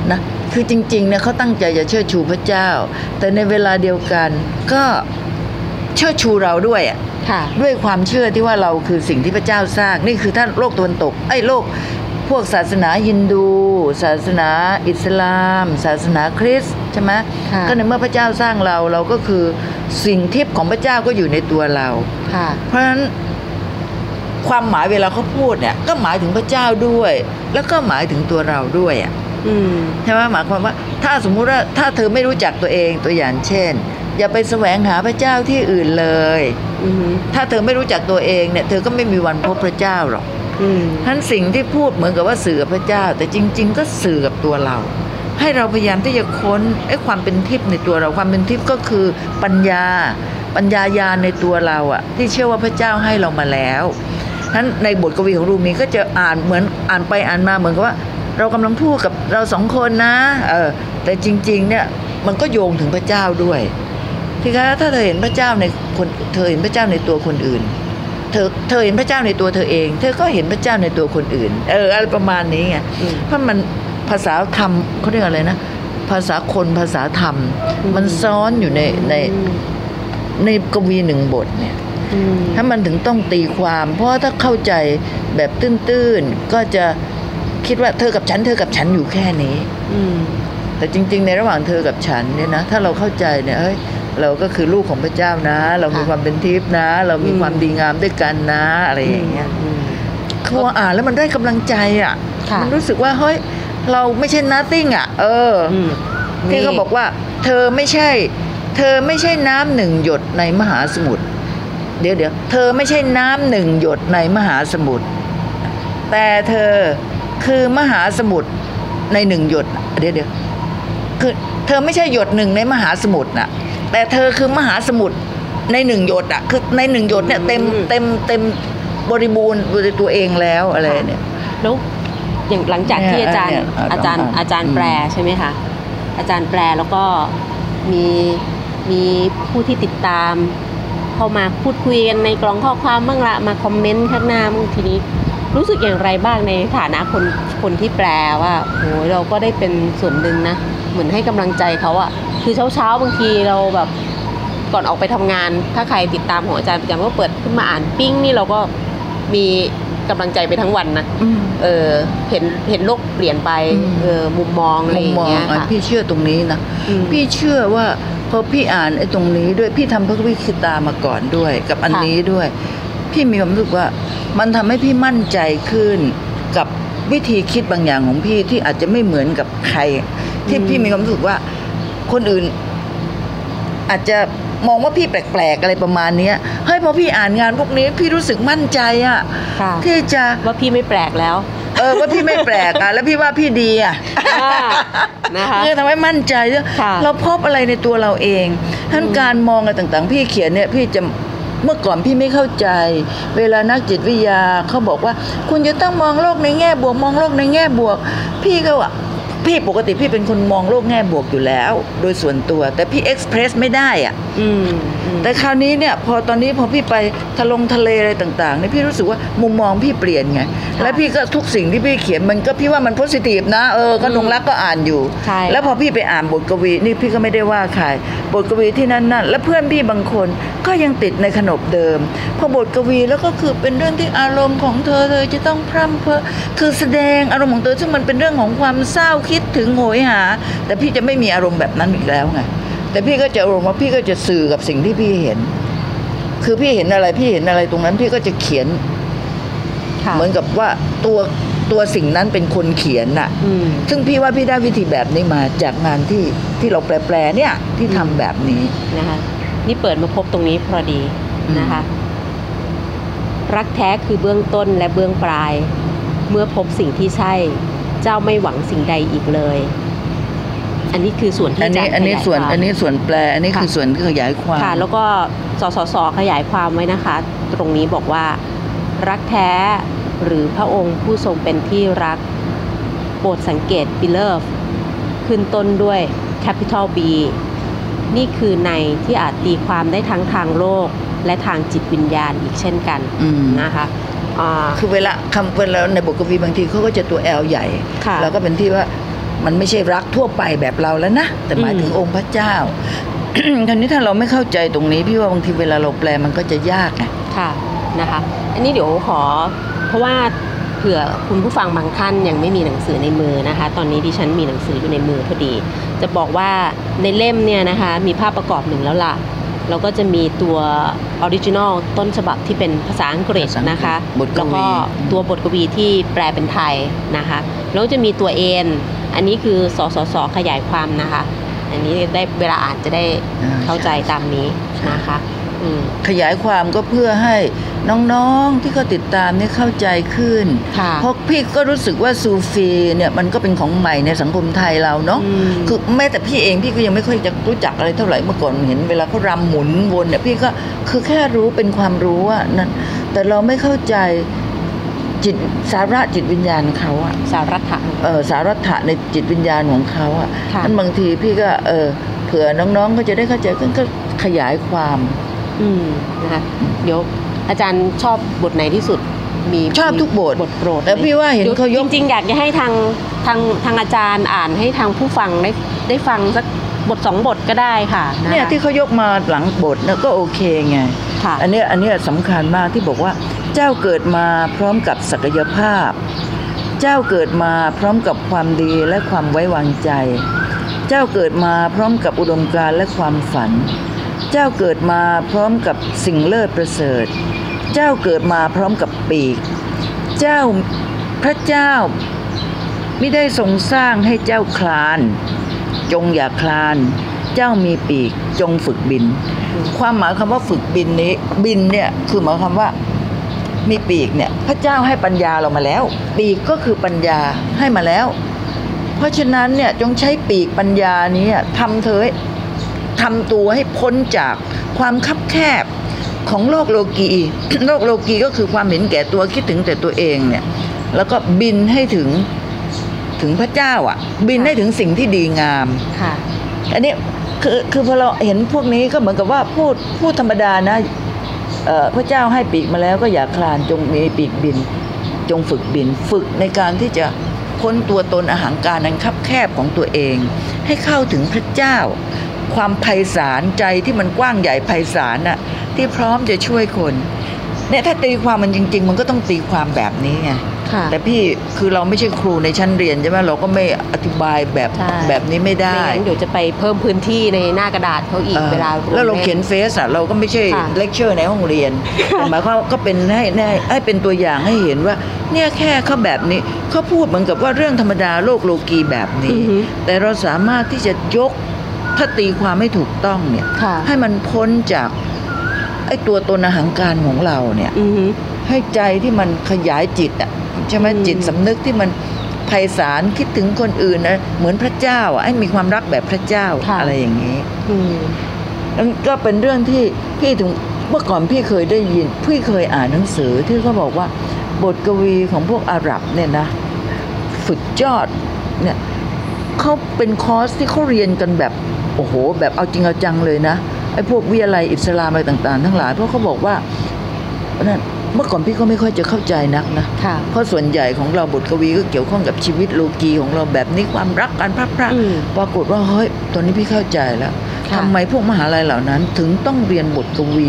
นะคือจริงๆเนี่ยเขาตั้งใจจะเชิดชูพระเจ้าแต่ในเวลาเดียวกันก็เชิดชูเราด้วยอ่ะด้วยความเชื่อที่ว่าเราคือสิ่งที่พระเจ้าสร้างนี่คือถ้าโลกตะวันตกโลกพวกศาสนาฮินดูศาสนาอิสลามศาสนาคริสต์ใช่ไหมก็ในเมื่อพระเจ้าสร้างเราก็คือสิ่งทิพย์ของพระเจ้าก็อยู่ในตัวเราเพราะฉะนั้นความหมายเวลาเขาพูดเนี่ยก็หมายถึงพระเจ้าด้วยแล้วก็หมายถึงตัวเราด้วยอ่ะใช่ไหมหมายความว่าถ้าสมมุติว่าถ้าเธอไม่รู้จักตัวเองตัวอย่างเช่นอย่าไปแสวงหาพระเจ้าที่อื่นเลยถ้าเธอไม่รู้จักตัวเองเนี่ยเธอก็ไม่มีวันพบพระเจ้าหรอกทั้นสิ่งที่พูดเหมือนกับว่าสื่อกับพระเจ้าแต่จริงๆก็สื่อกับตัวเราให้เราพยายามที่จะค้นความเป็นทิพย์ในตัวเราความเป็นทิพย์ก็คือปัญญาญาณในตัวเราอ่ะที่เชื่อว่าพระเจ้าให้เรามาแล้วนั้นในบทกวีของรูมีก็จะอ่านเหมือนอ่านไปอ่านมาเหมือนกับว่าเรากำลังพูดกับเราสองคนนะแต่จริงๆเนี่ยมันก็โยงถึงพระเจ้าด้วยทีนี้ถ้าเธอเห็นพระเจ้าในคนเธอเห็นพระเจ้าในตัวคนอื่นเธอเห็นพระเจ้าในตัวเธอเองเธอก็เห็นพระเจ้าในตัวคนอื่นอะไรประมาณนี้ไงเพราะมันภาษาธรรมเขาเรียกอะไรนะภาษาคนภาษาธรรมมันซ้อนอยู่ในกวีหนึ่งบทเนี่ยถ้ามันถึงต้องตีความเพราะถ้าเข้าใจแบบตื้นๆก็จะคิดว่าเธอกับฉันอยู่แค่นี้แต่จริงๆในระหว่างเธอกับฉันเนี่ยนะถ้าเราเข้าใจเนี่ยเราก็คือลูกของพระเจ้านะเรามีความเป็นทิพย์นะเรามีความดีงามด้วยกันนะอะไรอย่างเงี้ยพออ่านแล้วมันได้กำลังใจอ่ะมันรู้สึกว่าเฮ้ยเราไม่ใช่ nothing อ่ะที่เขาบอกว่าเธอไม่ใช่น้ำหนึ่งหยดในมหาสมุทรเดี๋ยวเธอไม่ใช่น้ำหนึ่งหยดในมหาสมุทรแต่เธอคือมหาสมุทรในหนึ่งหยดเดี๋ยวคือเธอไม่ใช่หยดหนึ่งในมหาสมุทรน่ะแต่เธอคือมหาสมุทรในหนึ่งหยดอ่ะคือในหนึ่งหยดเนี่ยเต็มบริบูรณ์ด้วยตัวเองแล้วอะไรเนี่ยแล้วอย่างหลังจากที่อาจารย์แปลใช่ไหมคะอาจารย์แปลแล้วก็มีผู้ที่ติดตามเข้ามาพูดคุยกันในกล่องข้อความบ้างละมาคอมเมนต์ข้างหน้าบ้างทีนี้รู้สึกอย่างไรบ้างในฐานะคนที่แปลว่าโหเราก็ได้เป็นส่วนหนึ่งนะเหมือนให้กำลังใจเขาอะคือเช้าบางทีเราแบบก่อนออกไปทำงานถ้าใครติดตามของอาจารย์ประจำก็เปิดขึ้นมาอ่านปิ้งนี่เราก็มีกำลังใจไปทั้งวันนะเห็นโลกเปลี่ยนไปมุมมองอะไรอย่างเงี้ยค่ะพี่เชื่อตรงนี้นะพี่เชื่อว่าพอพี่อ่านไอ้ตรงนี้ด้วยพี่ทำพระวิคิตามาก่อนด้วยกับอันนี้ด้วยพี่มีความรู้สึกว่ามันทำให้พี่มั่นใจขึ้นกับวิธีคิดบางอย่างของพี่ที่อาจจะไม่เหมือนกับใครที่พี่มีความรู้สึกว่าคนอื่นอาจจะมองว่าพี่แปลกๆอะไรประมาณนี้เฮ้ยพอพี่อ่านงานพวกนี้พี่รู้สึกมั่นใจอ่ะที่จะว่าพี่ไม่แปลกแล้วว่าพี่ไม่แปลกอ่ะแล้วพี่ว่าพี่ดีอ่ะนะคะคือทำให้มั่นใจเราพบอะไรในตัวเราเองทั้งการมองอะไรต่างๆพี่เขียนเนี่ยพี่จะเมื่อก่อนพี่ไม่เข้าใจเวลานักจิตวิทยาเขาบอกว่าคุณจะต้องมองโลกในแง่บวกมองโลกในแง่บวกพี่ก็ว่าพี่ปกติพี่เป็นคนมองโลกแง่บวกอยู่แล้วโดยส่วนตัวแต่พี่เอ็กซ์เพรสไม่ได้อ่ะแต่คราวนี้เนี่ยพอพี่ไปทะเลอะไรต่างๆเนี่ยพี่รู้สึกว่ามุมมองพี่เปลี่ยนไงและพี่ก็ทุกสิ่งที่พี่เขียนมันก็พี่ว่ามันโพสิทีฟนะก็นงรักก็อ่านอยู่แล้วพอพี่ไปอ่านบทกวีนี่พี่ก็ไม่ได้ว่าใครบทกวีที่นั่นและเพื่อนพี่บางคนก็ยังติดในขนบเดิมพอบทกวีแล้วก็คือเป็นเรื่องที่อารมณ์ของเธอจะต้องพร่ำเพ้อคือแสดงอารมณ์ของเธอซึ่งมันเป็นเรื่องของความเศร้าคิดถึงโหยหาแต่พี่จะไม่มีอารมณ์แบบนั้นอีกแล้วไงแต่พี่ก็จะอารมณ์ว่าพี่ก็จะสื่อกับสิ่งที่พี่เห็นคือพี่เห็นอะไรตรงนั้นพี่ก็จะเขียนเหมือนกับว่าตัวสิ่งนั้นเป็นคนเขียนน่ะซึ่งพี่ว่าพี่ได้วิธีแบบนี้มาจากงานที่เราแปลเนี่ยที่ทำแบบนี้นะคะนี่เปิดมาพบตรงนี้พอดีนะคะรักแท้คือเบื้องต้นและเบื้องปลายเมื่อพบสิ่งที่ใช่เจ้าไม่หวังสิ่งใดอีกเลยอันนี้คือส่วนที่อาจารย์อันนี้ส่วนแปลอันนี้คือส่วนขยายความค่ะแล้วก็สขยายความไว้นะคะตรงนี้บอกว่ารักแท้หรือพระองค์ผู้ทรงเป็นที่รักโปรดสังเกต beloved ขึ้นต้นด้วย capital B นี่คือในที่อาจตีความได้ทั้งทางโลกและทางจิตวิญญาณอีกเช่นกันนะคะคือเวลาในบทกวีบางทีเขาก็จะตัว L ใหญ่แล้วก็เป็นที่ว่ามันไม่ใช่รักทั่วไปแบบเราแล้วนะแต่หมายถึงองค์พระเจ้า คราวนี้ถ้าเราไม่เข้าใจตรงนี้พี่ว่าบางทีเวลาเราแปลมันก็จะยากไงค่ะนะคะอันนี้เดี๋ยวขอเพราะว่าเผื่อคุณผู้ฟังบางท่านยังไม่มีหนังสือในมือนะคะตอนนี้ดิฉันมีหนังสืออยู่ในมือพอดีจะบอกว่าในเล่มเนี่ยนะคะมีภาพประกอบหนึ่งแล้วล่ะแล้วก็จะมีตัวออริจินอลต้นฉบับที่เป็นภาษาอังกฤษนะคะแล้วก็ตัวบทกวีที่แปลเป็นไทยนะคะแล้วจะมีตัวเอ็นอันนี้คือสขยายความนะคะอันนี้ได้เวลาอ่านจะได้เข้าใจตามนี้นะคะขยายความก็เพื่อให้น้องๆที่เขาติดตามเนี่ยเข้าใจขึ้นเพราะพี่ก็รู้สึกว่าซูฟีเนี่ยมันก็เป็นของใหม่ในสังคมไทยเราเนาะคือแม้แต่พี่เองพี่ก็ยังไม่ค่อยจะรู้จักอะไรเท่าไหร่เมื่อก่อนเห็นเวลาเขารำหมุนวนเนี่ยพี่ก็คือแค่รู้เป็นความรู้อะนั่นแต่เราไม่เข้าใจจิตสาระจิตวิญญาณเขาอะสารัตถะสารัตถะในจิตวิญญาณของเขาอะนั่นบางทีพี่ก็เผื่อน้องๆก็จะได้เข้าใจก็ขยายความนะคะเดี๋ยวอาจารย์ชอบบทไหนที่สุดมีชอบทุกบทโปรดแต่พี่ว่าเห็นเขายกจริงๆอยากจะให้ทางอาจารย์อ่านให้ทางผู้ฟังได้ฟังสักบท2บทก็ได้ค่ะเนี่ยที่เขายกมาหลังบทนะก็โอเคไงอันนี้สำคัญมากที่บอกว่าเจ้าเกิดมาพร้อมกับศักยภาพเจ้าเกิดมาพร้อมกับความดีและความไว้วางใจเจ้าเกิดมาพร้อมกับอุดมการณ์และความฝันเจ้าเกิดมาพร้อมกับสิ่งเลิศประเสริฐเจ้าเกิดมาพร้อมกับปีกเจ้าพระเจ้าไม่ได้ทรงสร้างให้เจ้าคลานจงอย่าคลานเจ้ามีปีกจงฝึกบินความหมายคำว่าฝึกบินนี้บินเนี่ยคือหมายความว่ามีปีกเนี่ยพระเจ้าให้ปัญญาเรามาแล้วปีกก็คือปัญญาให้มาแล้วเพราะฉะนั้นเนี่ยจงใช้ปีกปัญญานี้ทำตัวให้พ้นจากความคับแคบของโลกโลกีโลกโลกีก็คือความเห็นแก่ตัวคิดถึงแต่ตัวเองเนี่ยแล้วก็บินให้ถึงพระเจ้าอ่ะบินให้ถึงสิ่งที่ดีงามค่ะอันนี้คือพอเราเห็นพวกนี้ก็เหมือนกับว่าพูดธรรมดานะพระเจ้าให้ปีกมาแล้วก็อย่าคลานจงมีปีกบินจงฝึกบินฝึกในการที่จะพ้นตัวตนอหังการนั้นคับแคบของตัวเองให้เข้าถึงพระเจ้าความไพศาลใจที่มันกว้างใหญ่ไพศาลน่ะที่พร้อมจะช่วยคนเนี่ยถ้าตีความมันจริงๆมันก็ต้องตีความแบบนี้ไงแต่พี่คือเราไม่ใช่ครูในชั้นเรียนใช่ไหมเราก็ไม่อธิบายแบบนี้ไม่ได้เดี๋ยวจะไปเพิ่มพื้นที่ในหน้ากระดาษเขาอีกเวลาแล้วเราเขียนเฟซอ่ะเราก็ไม่ใช่เลคเชอร์ในห้องเรียนหมายความก็เป็นให้เป็นตัวอย่างให้เห็นว่าเนี่ยแค่เขาแบบนี้เขาพูดเหมือนกับว่าเรื่องธรรมดาโลกโลกีแบบนี้แต่เราสามารถที่จะยกถ้าตีความไม่ถูกต้องเนี่ยให้มันพ้นจากไอ้ตัวตนอหังการของเราเนี่ยให้ใจที่มันขยายจิตอ่ะใช่ไหมจิตสำนึกที่มันไพศาลคิดถึงคนอื่นนะเหมือนพระเจ้าอ่ะให้มีความรักแบบพระเจ้าอะไรอย่างนี้นั่นก็เป็นเรื่องที่พี่ถึงเมื่อก่อนพี่เคยได้ยินพี่เคยอ่านหนังสือที่เขาบอกว่าบทกวีของพวกอาหรับเนี่ยนะสุดยอดเนี่ยเขาเป็นคอร์สที่เขาเรียนกันแบบโอ้โหแบบเอาจริงเอาจังเลยนะไอ้พวกวิทยาลัยอิสลามอะไรต่างๆทั้งหลายเพราะเขาบอกว่านั่นเมื่อก่อนพี่ก็ไม่ค่อยจะเข้าใจนักนะเพราะส่วนใหญ่ของเราบทกวีก็เกี่ยวข้องกับชีวิตโลกีของเราแบบนี้ความรักการพระปรากฏว่าเฮ้ยตอนนี้พี่เข้าใจแล้วทำไมพวกมหาลัยเหล่านั้นถึงต้องเรียนบทกวี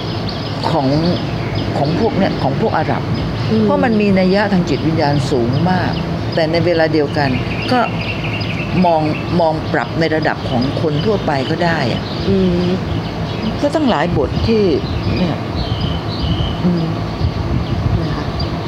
ของพวกเนี่ยของพวกอาหรับเพราะมันมีนัยยะทางจิตวิญญาณสูงมากแต่ในเวลาเดียวกันก็มองปรับในระดับของคนทั่วไปก็ได้อ่ะก็ตั้งหลายบทที่เนี่ยนะคะ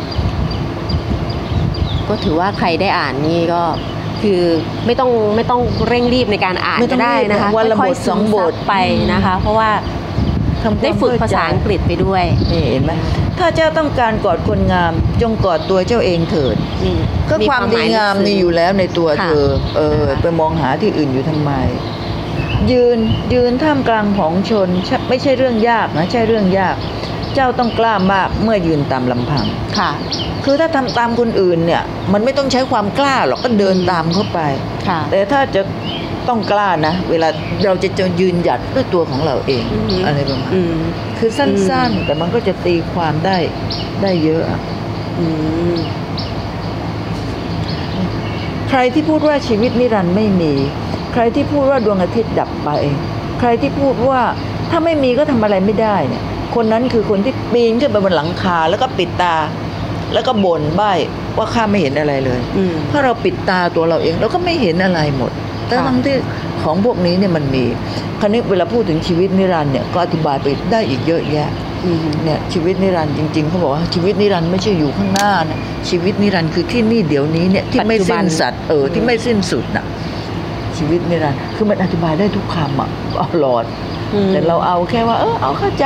ก็ถือว่าใครได้อ่านนี่ก็คือไม่ต้องเร่งรีบในการอ่านก็ได้นะคะวันละบท2 บทไปนะคะเพราะว่าได้ฝึกภาษาอังกฤษไปด้วยเห็นไหมถ้าเจ้าต้องการกอดคนงามจงกอดตัวเจ้าเองเถิดก็ความดีงามมีอยู่แล้วในตัวเธอไปมองหาที่อื่นอยู่ทำไมยืนท่ามกลางของชนไม่ใช่เรื่องยากนะใช่เรื่องยากเจ้าต้องกล้ามากเมื่อยืนตามลำพังค่ะคือถ้าทำตามคนอื่นเนี่ยมันไม่ต้องใช้ความกล้าหรอกก็เดินตามเข้าไปแต่ถ้าจะต้องกล้านะเวลาเราจะยืนหยัดด้วยตัวของเราเองอะไรประมาณคือสั้นๆแต่มันก็จะตีความได้เยอะใครที่พูดว่าชีวิตนิรันดร์ไม่มีใครที่พูดว่าดวงอาทิตย์ดับไปใครที่พูดว่าถ้าไม่มีก็ทำอะไรไม่ได้เนี่ยคนนั้นคือคนที่ปีนขึ้นไปบนหลังคาแล้วก็ปิดตาแล้วก็บ่นใบ้ว่าข้าไม่เห็นอะไรเลยเพราะเราปิดตาตัวเราเองเราก็ไม่เห็นอะไรหมดแต่ทั้งที่ของพวกนี้เนี่ยมันมีคราวนี้เวลาพูดถึงชีวิตนิรันดร์เนี่ยก็อธิบายไปได้อีกเยอะแยะเนี่ยชีวิตนิรันดร์จริงๆเขาบอกว่าชีวิตนิรันดร์ไม่ใช่อยู่ข้างหน้านะชีวิตนิรันดร์คือที่นี่เดี๋ยวนี้เนี่ยที่ไม่สิ้นสัตว์ที่ไม่สิ้นสุดน่ะชีวิตนิรันดร์คือมันอธิบายได้ทุกคำอ่ะเอาหลอดแต่เราเอาแค่ว่าเอาเข้าใจ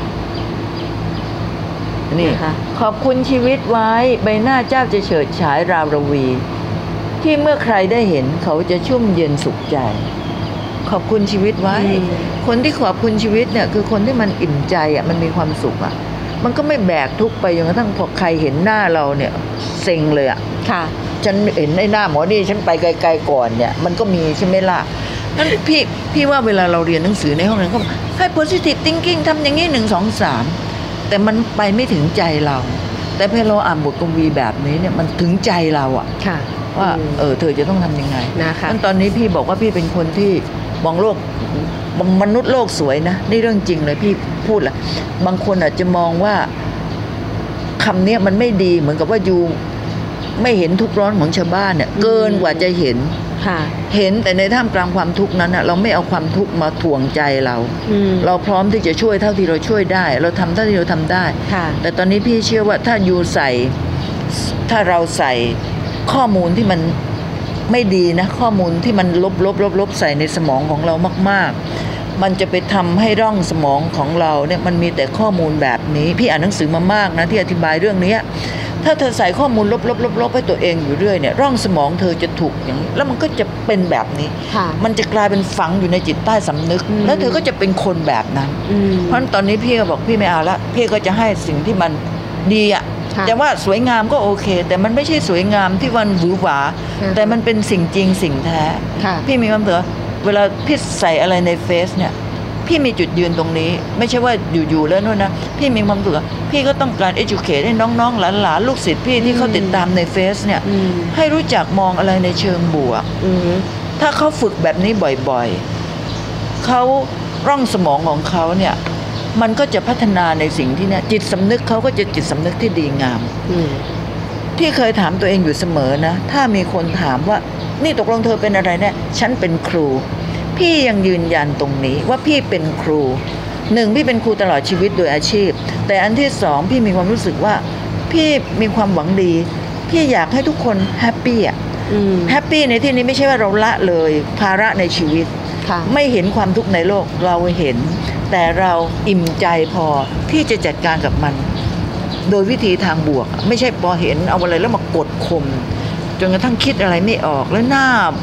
นี่ขอบคุณชีวิตไว้ใบหน้าเจ้าจะเฉิดฉายราวระวีที่เมื่อใครได้เห็นเขาจะชุ่มเย็นสุขใจขอบคุณชีวิตไว้คนที่ขอบคุณชีวิตเนี่ยคือคนที่มันอิ่มใจอ่ะมันมีความสุขอ่ะมันก็ไม่แบกทุกข์ไปจนกระทั่งพอใครเห็นหน้าเราเนี่ยเซ็งเลยอ่ะค่ะฉันเห็นไอ้หน้าหมอนี่ฉันไปไกลๆก่อนเนี่ยมันก็มีใช่ไหมล่ะนั่นพี่ว่าเวลาเราเรียนหนังสือในห้องเรียนก็ให้ positive thinking ทำอย่างนี้1 2 3แต่มันไปไม่ถึงใจเราแต่พอเราอ่านบทกวีแบบนี้เนี่ยมันถึงใจเราอ่ะว่าเธอจะต้องทำยังไงนะคะตอนนี้พี่บอกว่าพี่เป็นคนที่มองโลกมนุษย์โลกสวยนะนี่เรื่องจริงเลยพี่พูดแหละบางคนอาจจะมองว่าคำนี้มันไม่ดีเหมือนกับว่าอยู่ไม่เห็นทุกข์ร้อนของชาวบ้านเนี่ยเกินกว่าจะเห็นเห็นแต่ในท่ามกลางความทุกข์นั้นเราไม่เอาความทุกข์มาถ่วงใจเราพร้อมที่จะช่วยเท่าที่เราช่วยได้เราทำเท่าที่เราทำได้แต่ตอนนี้พี่เชื่อว่าถ้าเราใส่ข้อมูลที่มันไม่ดีนะข้อมูลที่มันลบใส่ในสมองของเรามากๆมันจะไปทำให้ร่องสมองของเราเนี่ยมันมีแต่ข้อมูลแบบนี้พี่อ่านหนังสือมามากนะที่อธิบายเรื่องนี้ถ้าเธอใส่ข้อมูลลบให้ตัวเองอยู่เรื่อยเนี่ยร่องสมองเธอจะถูกอย่างนี้แล้วมันก็จะเป็นแบบนี้มันจะกลายเป็นฝังอยู่ในจิตใต้สำนึกแล้วเธอก็จะเป็นคนแบบนั้นเพราะฉะนั้นตอนนี้พี่ก็บอกพี่ไม่เอาละพี่ก็จะให้สิ่งที่มันดีอ่ะจะว่าสวยงามก็โอเคแต่มันไม่ใช่สวยงามที่วันหวือหวาแต่มันเป็นสิ่งจริงสิ่งแท้พี่มีความเถอะเวลาพี่ใส่อะไรในเฟซเนี่ยพี่มีจุดยืนตรงนี้ไม่ใช่ว่าอยู่ๆแล้วนู่นนะพี่มีความรู้สึกพี่ก็ต้องการ educate ให้น้องๆหลานๆลูกศิษย์พี่ที่เขาติดตามในเฟซเนี่ยให้รู้จักมองอะไรในเชิงบวกถ้าเขาฝึกแบบนี้บ่อยๆเขาร่องสมองของเขาเนี่ยมันก็จะพัฒนาในสิ่งที่เนี่ยจิตสำนึกเขาก็จะจิตสำนึกที่ดีงามพี่เคยถามตัวเองอยู่เสมอนะถ้ามีคนถามว่านี่ตกลงเธอเป็นอะไรเนี่ยฉันเป็นครูพี่ยังยืนยันตรงนี้ว่าพี่เป็นครู1พี่เป็นครูตลอดชีวิตโดยอาชีพแต่อันที่2พี่มีความรู้สึกว่าพี่มีความหวังดีพี่อยากให้ทุกคนแฮปปี้อ่ะแฮปปี้ในที่นี้ไม่ใช่ว่าเราละเลยภาระในชีวิตไม่เห็นความทุกข์ในโลกเราเห็นแต่เราอิ่มใจพอที่จะจัดการกับมันโดยวิธีทางบวกไม่ใช่พอเห็นเอาอะไรแล้วมากดข่มจนกระทั่งคิดอะไรไม่ออกแล้วหน้า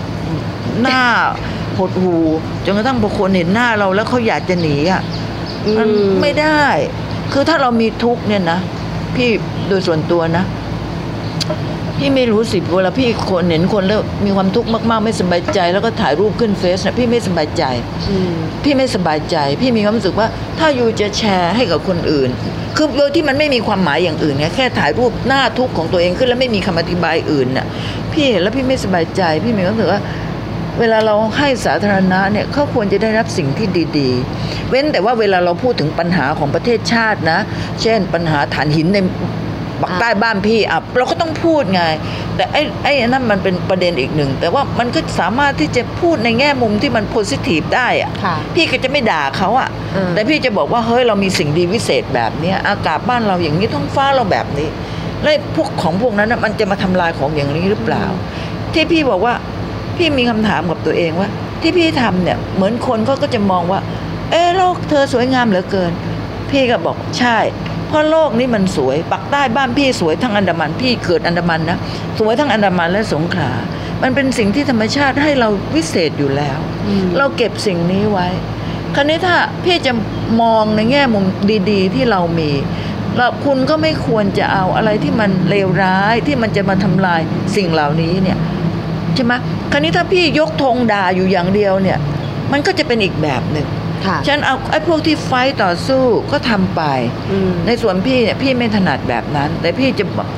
หดหูจนกระทั่งบางคนเห็นหน้าเราแล้วเขาอยากจะหนีอ่ะมันไม่ได้คือถ้าเรามีทุกข์เนี่ยนะพี่โดยส่วนตัวนะพี่ไม่รู้สิเวลาพี่คนเห็นคนแล้วมีความทุกข์มากๆไม่สบายใจแล้วก็ถ่ายรูปขึ้นเฟซนะพี่ไม่สบายใจพี่ไม่สบายใจพี่มีความรู้สึกว่าถ้าอยู่จะแชร์ให้กับคนอื่นคือโดยที่มันไม่มีความหมายอย่างอื่นไงแค่ถ่ายรูปหน้าทุกข์ของตัวเองขึ้นแล้วไม่มีคำอธิบายอื่นน่ะพี่เห็นแล้วพี่ไม่สบายใจพี่มีความรู้สึกว่าเวลาเราให้สาธารณะเนี่ยเขาควรจะได้รับสิ่งที่ดีๆเว้นแต่ว่าเวลาเราพูดถึงปัญหาของประเทศชาตินะเช่นปัญหาถ่านหินในปักใต้บ้านพี่เราก็ต้องพูดไงแต่ไอ้นั่นมันเป็นประเด็นอีกหนึ่งแต่ว่ามันก็สามารถที่จะพูดในแง่มุมที่มันโพสิทีฟได้อ่ะพี่ก็จะไม่ด่าเขาอ่ะแต่พี่จะบอกว่าเฮ้ยเรามีสิ่งดีวิเศษแบบนี้อากาศบ้านเราอย่างนี้ท้องฟ้าเราแบบนี้แล้วพวกของพวกนั้นมันจะมาทำลายของอย่างนี้หรือเปล่าที่พี่บอกว่าพี่มีคำถามกับตัวเองว่าที่พี่ทำเนี่ยเหมือนคนเขาก็จะมองว่าโลกเธอสวยงามเหลือเกินพี่ก็บอกใช่เพราะโลกนี้มันสวยปักใต้บ้านพี่สวยทั้งอันดามันพี่เกิดอันดามันนะสวยทั้งอันดามันและสงขลามันเป็นสิ่งที่ธรรมชาติให้เราวิเศษอยู่แล้วเราเก็บสิ่งนี้ไว้คราวนี้ถ้าพี่จะมองในแง่มุมดีๆที่เรามีแล้วคุณก็ไม่ควรจะเอาอะไรที่มันเลวร้ายที่มันจะมาทำลายสิ่งเหล่านี้เนี่ยใช่ไหมคราวนี้ถ้าพี่ยกธงด่าอยู่อย่างเดียวเนี่ยมันก็จะเป็นอีกแบบหนึ่งฉันเอาไอ้พวกที่ไฟต์ต่อสู้ก็ทำไปในส่วนพี่เนี่ยพี่ไม่ถนัดแบบนั้นแต่พี่จะ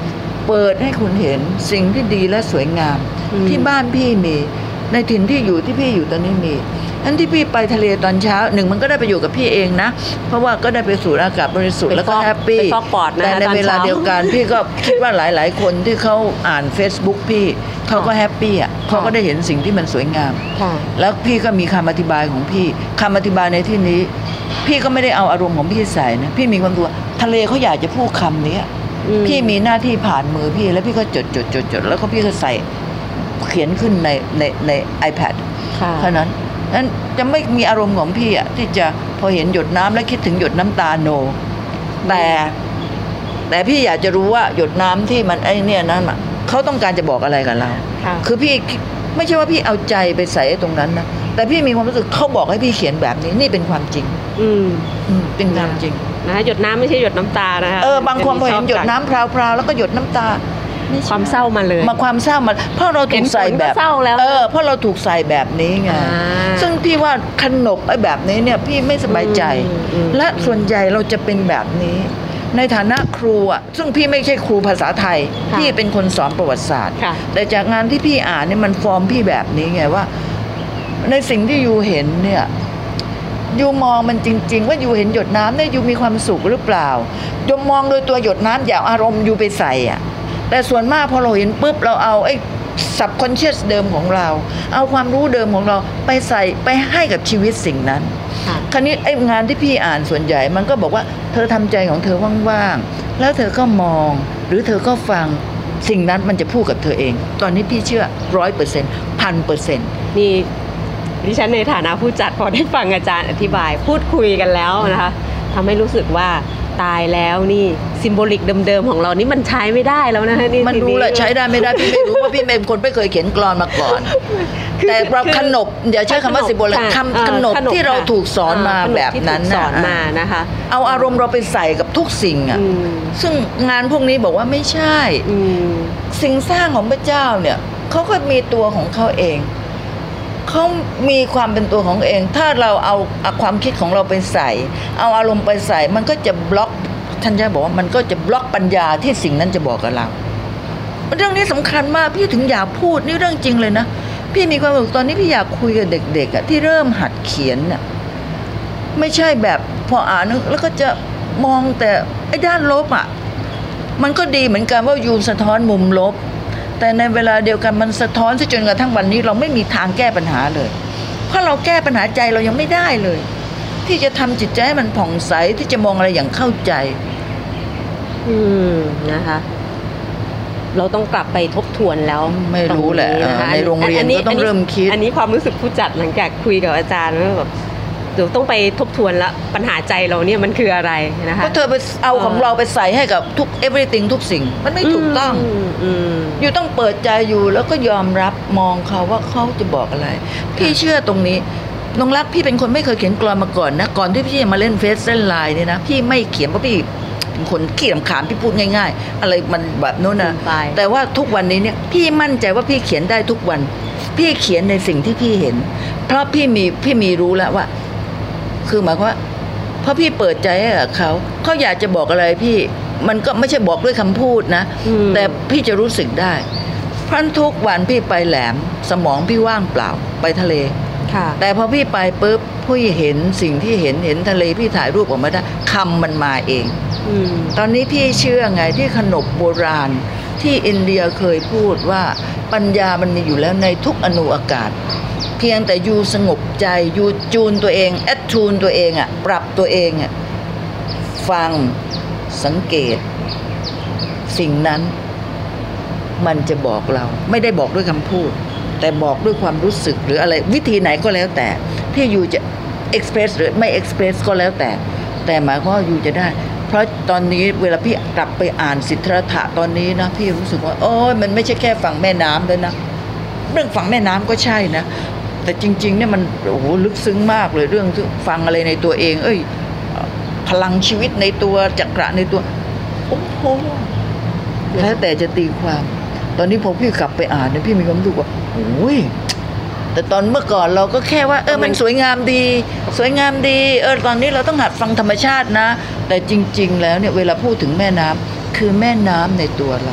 เปิดให้คุณเห็นสิ่งที่ดีและสวยงามที่บ้านพี่มีในถิ่นที่อยู่ที่พี่อยู่ตอนนี้มีอันที่พี่ไปทะเลตอนเช้าหนึ่งมันก็ได้ไปอยู่กับพี่เองนะเพราะว่าก็ได้ไปสูดอากาศบริสุทธิ์แล้วก็แฮปปี้แต่ในเวลาเดียวกันพี่ก็คิดว่าหลายๆคนที่เขาอ่าน Facebook พี่เขาก็แฮปปี้อ่ะเขาก็ได้เห็นสิ่งที่มันสวยงามแล้วพี่ก็มีคำอธิบายของพี่คำอธิบายในที่นี้พี่ก็ไม่ได้เอาอารมณ์ของพี่ใส่นะพี่มีความรู้ว่าทะเลเขาอยากจะพูดคำนี้พี่มีหน้าที่ผ่านมือพี่แล้วพี่ก็จดแล้วก็พี่ก็ใส่เขียนขึ้นใน iPad เท่านั้นจะไม่มีอารมณ์ของพี่อ่ะที่จะพอเห็นหยดน้ำแล้วคิดถึงหยดน้ำตาโนแต่พี่อยากจะรู้ว่าหยดน้ำที่มันไอ้เนี่ยนั้นอ่ะเขาต้องการจะบอกอะไรกับเราคือพี่ไม่ใช่ว่าพี่เอาใจไปใส่ตรงนั้นนะแต่พี่มีความรู้สึกเขาบอกให้พี่เขียนแบบนี้นี่เป็นความจริงเป็นความจริงนะหยดน้ำไม่ใช่หยดน้ำตานะคะบางคนพอเห็นหยดน้ำพราวๆแล้วก็หยดน้ำตาความเศร้ามาเลยมาความเศร้ามาเพราะเราถูกใส่แบบเศร้าแล้วเพราะเราถูกใส่แบบนี้ไงซึ่งพี่ว่าขนบไอ้แบบนี้เนี่ยพี่ไม่สบายใจและส่วนใหญ่เราจะเป็นแบบนี้ในฐานะครูอ่ะซึ่งพี่ไม่ใช่ครูภาษาไทยพี่เป็นคนสอนประวัติศาสตร์แต่จากงานที่พี่อ่านเนี่ยมันฟอร์มพี่แบบนี้ไงว่าในสิ่งที่ยูเห็นเนี่ยยูมองมันจริงๆว่ายูเห็นหยดน้ำเนี่ยยูมีความสุขหรือเปล่ายูมองโดยตัวหยดน้ำอย่าอารมณ์ยูไปใส่อ่ะแต่ส่วนมากพอเราเห็นปุ๊บเราเอาไอ้ subconscious เดิมของเราเอาความรู้เดิมของเราไปใส่ไปให้กับชีวิตสิ่งนั้นคราวนี้ไอ้งานที่พี่อ่านส่วนใหญ่มันก็บอกว่าเธอทำใจของเธอว่างๆแล้วเธอก็มองหรือเธอก็ฟังสิ่งนั้นมันจะพูดกับเธอเองตอนนี้พี่เชื่อ 100% 1,000% นี่ดิฉันในฐานะผู้จัดพอได้ฟังอาจารย์อธิบายพูดคุยกันแล้วนะคะทำให้รู้สึกว่าตายแล้วนี่ซิมโบลิกเดิมๆของเรานี่มันใช้ไม่ได้แล้วนะคะนี่มันรู้แหละใช้ได้ไม่ได้พี่ไม่รู้เพราะพี่เป็นคนไม่เคยเขียนกลอนมาก่อนแต่เราขนบอย่าใช้คำว่าซิมโบลิกขนบที่เราถูกสอนมาแบบนั้นสอนมานะคะเอาอารมณ์เราไปใส่กับทุกสิ่งอ่ะซึ่งงานพวกนี้บอกว่าไม่ใช่สิ่งสร้างของพระเจ้าเนี่ยเขาก็มีตัวของเขาเองเขามีความเป็นตัวของเองถ้าเราเอาความคิดของเราไปใส่เอาอารมณ์ไปใส่มันก็จะบล็อกท่านจะบอกว่ามันก็จะบล็อกปัญญาที่สิ่งนั้นจะบอกกับเราเรื่องนี้สำคัญมากพี่ถึงอยากพูดนี่เรื่องจริงเลยนะพี่มีความรู้สึกตอนนี้พี่อยากคุยกับเด็กๆอ่ะที่เริ่มหัดเขียนน่ะไม่ใช่แบบพออ่านแล้วก็จะมองแต่ไอ้ด้านลบอ่ะมันก็ดีเหมือนกันว่ายูสะท้อนมุมลบแต่ในเวลาเดียวกันมันสะท้อนจนกระทั่งวันนี้เราไม่มีทางแก้ปัญหาเลยเพราะเราแก้ปัญหาใจเรายังไม่ได้เลยที่จะทำจิตใจให้มันผ่องใสที่จะมองอะไรอย่างเข้าใจนะคะเราต้องกลับไปทบทวนแล้วไม่รู้แหละในโรงเรียนก็ต้องเริ่มคิดอันนี้ความรู้สึกผู้จัดหลังจากคุยกับอาจารย์ว่าแบบเดี๋ยวต้องไปทบทวนแล้วปัญหาใจเราเนี่ยมันคืออะไรนะคะก็เธอไปเอาของเราไปใส่ให้กับทุก everything ทุกสิ่งมันไม่ถูกต้องอยู่ต้องเปิดใจอยู่แล้วก็ยอมรับมองเขาว่าเขาจะบอกอะไรพี่เชื่อตรงนี้น้องรักพี่เป็นคนไม่เคยเขียนกลอนมาก่อนนะก่อนที่พี่จะมาเล่นเฟซเล่นไลน์เนี่ยนะพี่ไม่เขียนเพราะพี่เป็นคนขี้รำคาญพี่พูดง่ายๆอะไรมันแบบโน้นนะแต่ว่าทุกวันนี้เนี่ยพี่มั่นใจว่าพี่เขียนได้ทุกวันพี่เขียนในสิ่งที่พี่เห็นเพราะพี่มีรู้แล้วว่าคือหมายความว่าเพราะพี่เปิดใจให้กับเขาอยากจะบอกอะไรพี่มันก็ไม่ใช่บอกด้วยคำพูดนะแต่พี่จะรู้สึกได้เพราะทุกวันพี่ไปแหลมสมองพี่ว่างเปล่าไปทะเลแต่พอพี่ไปปุ๊บพี่เห็นสิ่งที่เห็นทะเลพี่ถ่ายรูปออกมาได้คำมันมาเองตอนนี้พี่เชื่อไงที่ขนบโบราณที่อินเดียเคยพูดว่าปัญญามันมีอยู่แล้วในทุกอนูอากาศเพียงแต่ยูสงบใจยูจูนตัวเองแอดทูนตัวเองอ่ะปรับตัวเองอ่ะฟังสังเกตสิ่งนั้นมันจะบอกเราไม่ได้บอกด้วยคำพูดแต่บอกด้วยความรู้สึกหรืออะไรวิธีไหนก็แล้วแต่ที่ยูจะเอ็กซ์เพรสหรือไม่เอ็กซ์เพรสก็แล้วแต่หมายความว่ายูจะได้เพราะตอนนี้เวลาพี่กลับไปอ่านสิทธัตถะตอนนี้นะพี่รู้สึกว่าโอ้ยมันไม่ใช่แค่ฝั่งแม่น้ำเลยนะเรื่องฝั่งแม่น้ำก็ใช่นะแต่จริงๆเนี่ยมันโอ้โหลึกซึ้งมากเลยเรื่องฟังอะไรในตัวเองพลังชีวิตในตัวจักระในตัวโอ้โหแล้วแต่จะตีความตอนนี้พอพี่กลับไปอ่านเนี่ยพี่มีความรู้สึกว่าโอ้ยแต่ตอนเมื่อก่อนเราก็แค่ว่ามันสวยงามดีตอนนี้เราต้องหัดฟังธรรมชาตินะแต่จริงๆแล้วเนี่ยเวลาพูดถึงแม่น้ำคือแม่น้ำในตัวเรา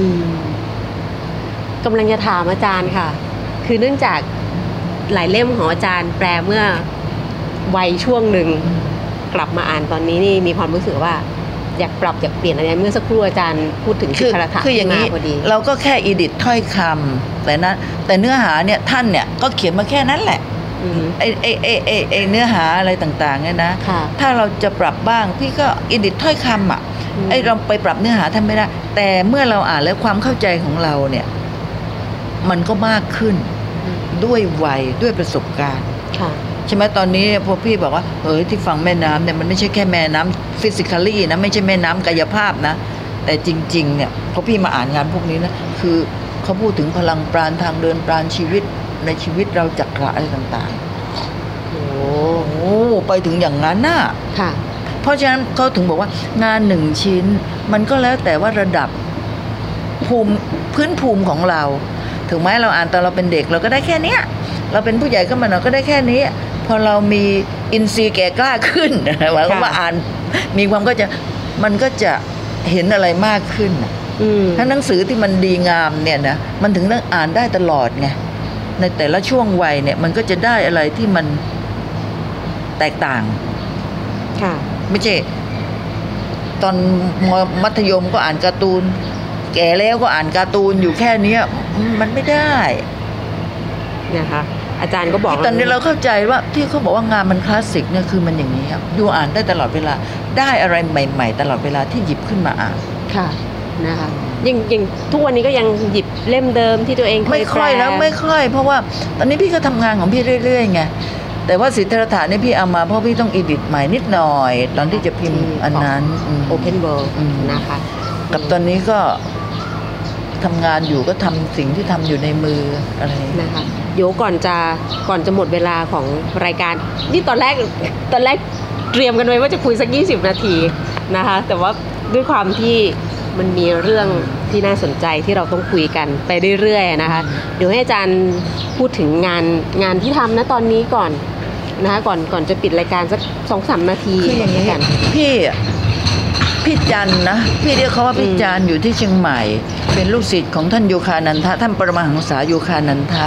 กำลังจะถามอาจารย์ค่ะคือเนื่องจากหลายเล่มของอาจารย์แปลเมื่อวัยช่วงหนึ่งกลับมาอ่านตอนนี้นี่มีความรู้สึกว่าอยากปรับอยากเปลี่ยนอะไรเมื่อสักครู่อาจารย์พูดถึงสิทธาถะคืออย่างนี้เราก็แค่อีดิทถ้อยคำแต่เนื้อหาเนี่ยท่านเนี่ยก็เขียนมาแค่นั้นแหละไอเนื้อหาอะไรต่างๆเนี่ยนะถ้าเราจะปรับบ้างพี่ก็อีดิทถ้อยคำอ่ะไอเราไปปรับเนื้อหาท่านไม่ได้แต่เมื่อเราอ่านแล้วความเข้าใจของเราเนี่ยมันก็มากขึ้นด้วยวัยด้วยประสบการณ์ใช่ไหมตอนนี้พอพี่บอกว่าที่ฟังแม่น้ำเนี่ยมันไม่ใช่แค่แม่น้ำฟิสิกอลี่นะไม่ใช่แม่น้ำกายภาพนะแต่จริงๆเนี่ยพอพี่มาอ่านงานพวกนี้นะคือเขาพูดถึงพลังปราณทางเดินปราณชีวิตในชีวิตเราจักระอะไรต่างๆโอ้ไปถึงอย่างนั้นน่ะเพราะฉะนั้นเขาถึงบอกว่างาน1ชิ้นมันก็แล้วแต่ว่าระดับพื้นภูมิของเราถึงแม้เราอ่านตอนเราเป็นเด็กเราก็ได้แค่เนี้ยเราเป็นผู้ใหญ่ขึ้นมาเราก็ได้แค่นี้พอเรามีอินทรีย์แก่กล้าขึ้นหมายความว่าอ่านมีความก็จะมันก็จะเห็นอะไรมากขึ้นถ้าหนังสือที่มันดีงามเนี่ยนะมันถึงต้องอ่านได้ตลอดไงในแต่ละช่วงวัยเนี่ยมันก็จะได้อะไรที่มันแตกต่างไม่ใช่ตอนมัธยมก็อ่านการ์ตูนแก่แล้วก็อ่านการ์ตูนอยู่แค่นี้มันไม่ได้นะคะอาจารย์ก็บอกตอนนี้เราเข้าใจว่าที่เขาบอกว่างานมันคลาสสิกเนี่ยคือมันอย่างนี้ครับอยู่อ่านได้ตลอดเวลาได้อะไรใหม่ๆตลอดเวลาที่หยิบขึ้นมาอ่านค่ะนะคะยังทุกวันนี้ก็ยังหยิบเล่มเดิมที่ตัวเองเคยแปลไม่ค่อยแล้วไม่ค่อยเพราะว่าตอนนี้พี่ก็ทำงานของพี่เรื่อยๆไงแต่ว่าสิทธาถะนี่พี่เอามาเพราะพี่ต้องอีดิทใหม่นิดหน่อยตอนที่จะพิมพ์อันนั้น Open World นะคะกับตอนนี้ก็ทำงานอยู่ก็ทำสิ่งที่ทำอยู่ในมืออะไรนะคะเดี๋ยวก่อนจะหมดเวลาของรายการนี่ตอนแรกเตรียมกันไว้ว่าจะคุยสัก20นาทีนะคะแต่ว่าด้วยความที่มันมีเรื่องที่น่าสนใจที่เราต้องคุยกันไปเรื่อยๆนะคะเดี๋ยวให้อาจารย์พูดถึงงานที่ทำนะตอนนี้ก่อนนะคะก่อนจะปิดรายการสัก 2-3 นาทีคืออย่างนี้กันพี่จันนะพี่เรียกเขาว่าพี่จันอยู่ที่เชียงใหม่เป็นลูกศิษย์ของท่านโยคานันทะท่านปรมาหังษาโยคานันทะ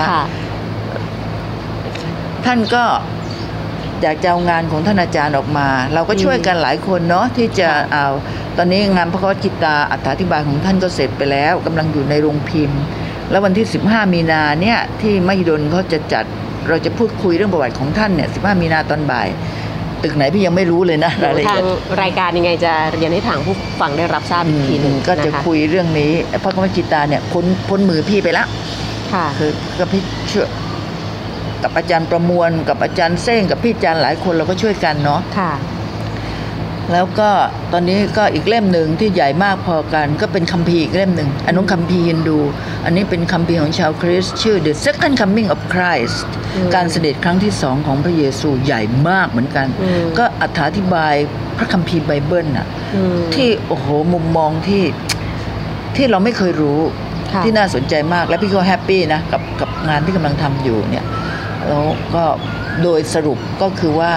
ท่านก็อยากจะเอางานของท่านอาจารย์ออกมาเราก็ช่วยกันหลายคนเนาะที่จะเอาตอนนี้งานพระคัมภีร์อธิบายของท่านก็เสร็จไปแล้วกำลังอยู่ในโรงพิมพ์แล้ววันที่15มีนาเนี่ยที่มหิดลเขาจะจัดเราจะพูดคุยเรื่องประวัติของท่านเนี่ย15มีนาตอนบ่ายตึกไหนพี่ยังไม่รู้เลยนะทางรายการยังไงจะเรียนให้ทางผู้ฟังได้รับทราบอีกทีนึงก็จะคุยเรื่องนี้พระคัมภีร์เนี่ยพ้นมือพี่ไปแล้วคือกับพี่ช่วยกับอาจารย์ประมวลกับอาจารย์เซ้งกับพี่จันหลายคนเราก็ช่วยกันเนาะแล้วก็ตอนนี้ก็อีกเล่มหนึ่งที่ใหญ่มากพอกันก็เป็นคัมภีร์อีกเล่มหนึ่งอันนู้นคัมภีร์ฮินดูอันนี้เป็นคัมภีร์ของชาวคริสต์ชื่อ The Second Coming of Christ การเสด็จครั้งที่2ของพระเยซูใหญ่มากเหมือนกันก็อธิบายพระคัมภีร์ไบเบิลน่ะที่โอ้โหมุมมองที่เราไม่เคยรู้ที่น่าสนใจมากและพี่ก็แฮปปี้นะกับงานที่กำลังทำอยู่เนี่ยแล้วก็โดยสรุปก็คือว่า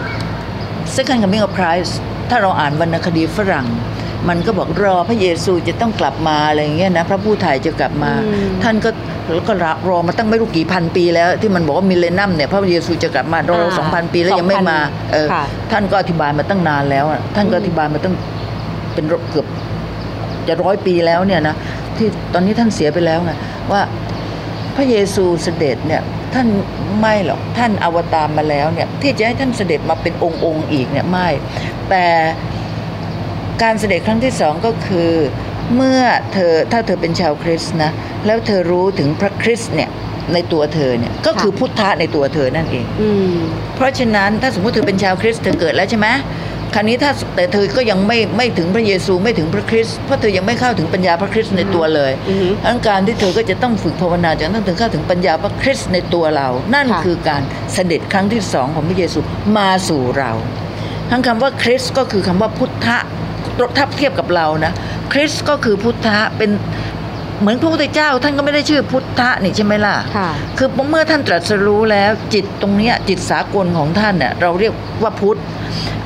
Second Coming of Christ ถ้าเราอ่านวรรณคดีฝรั่งมันก็บอกรอพระเยซูจะต้องกลับมาอะไรอย่างเงี้ยนะพระผู้ไถ่จะกลับมาท่านก็รอมาตั้งไม่รู้กี่พันปีแล้วที่มันบอกว่ามิเลนัมเนี่ยพระเยซูจะกลับมารอ 2,000 ปีแล้วยังไม่มาท่านก็อธิบายมาตั้งนานแล้วท่านก็อธิบายมาตั้งเป็นเกือบจะ100 ปีแล้วเนี่ยนะที่ตอนนี้ท่านเสียไปแล้วไงว่าพระเยซูเสด็จเนี่ยท่านไม่หรอกท่านอวตารมาแล้วเนี่ยที่จะให้ท่านเสด็จมาเป็นองค์อีกเนี่ยไม่แต่การเสด็จครั้งที่2ก็คือเมื่อถ้าเธอเป็นชาวคริสต์นะแล้วเธอรู้ถึงพระคริสต์เนี่ยในตัวเธอเนี่ยก็คือพุทธะในตัวเธอนั่นเองเพราะฉะนั้นถ้าสมมติเธอเป็นชาวคริสต์เธอเกิดแล้วใช่ไหมคราวนี้แต่เธอก็ยังไม่ถึงพระเยซูไม่ถึงพระคริสต์เพราะเธอยังไม่เข้าถึงปัญญาพระคริสต์ในตัวเลยดังการที่เธอก็จะต้องฝึกภาวนาจนถึงเข้าถึงปัญญาพระคริสต์ในตัวเรานั่นคือการเสด็จครั้งที่2ของพระเยซูมาสู่เราทั้งคำว่าคริสต์ก็คือคำว่าพุทธะถ้าเทียบกับเรานะคริสต์ก็คือพุทธะเป็นเหมือนพระพุทธเจ้าท่านก็ไม่ได้ชื่อพุทธะนี่ใช่ไหมล่ะคือเมื่อท่านตรัสรู้แล้วจิตตรงนี้จิตสากลของท่านเนี่ยเราเรียกว่าพุทธ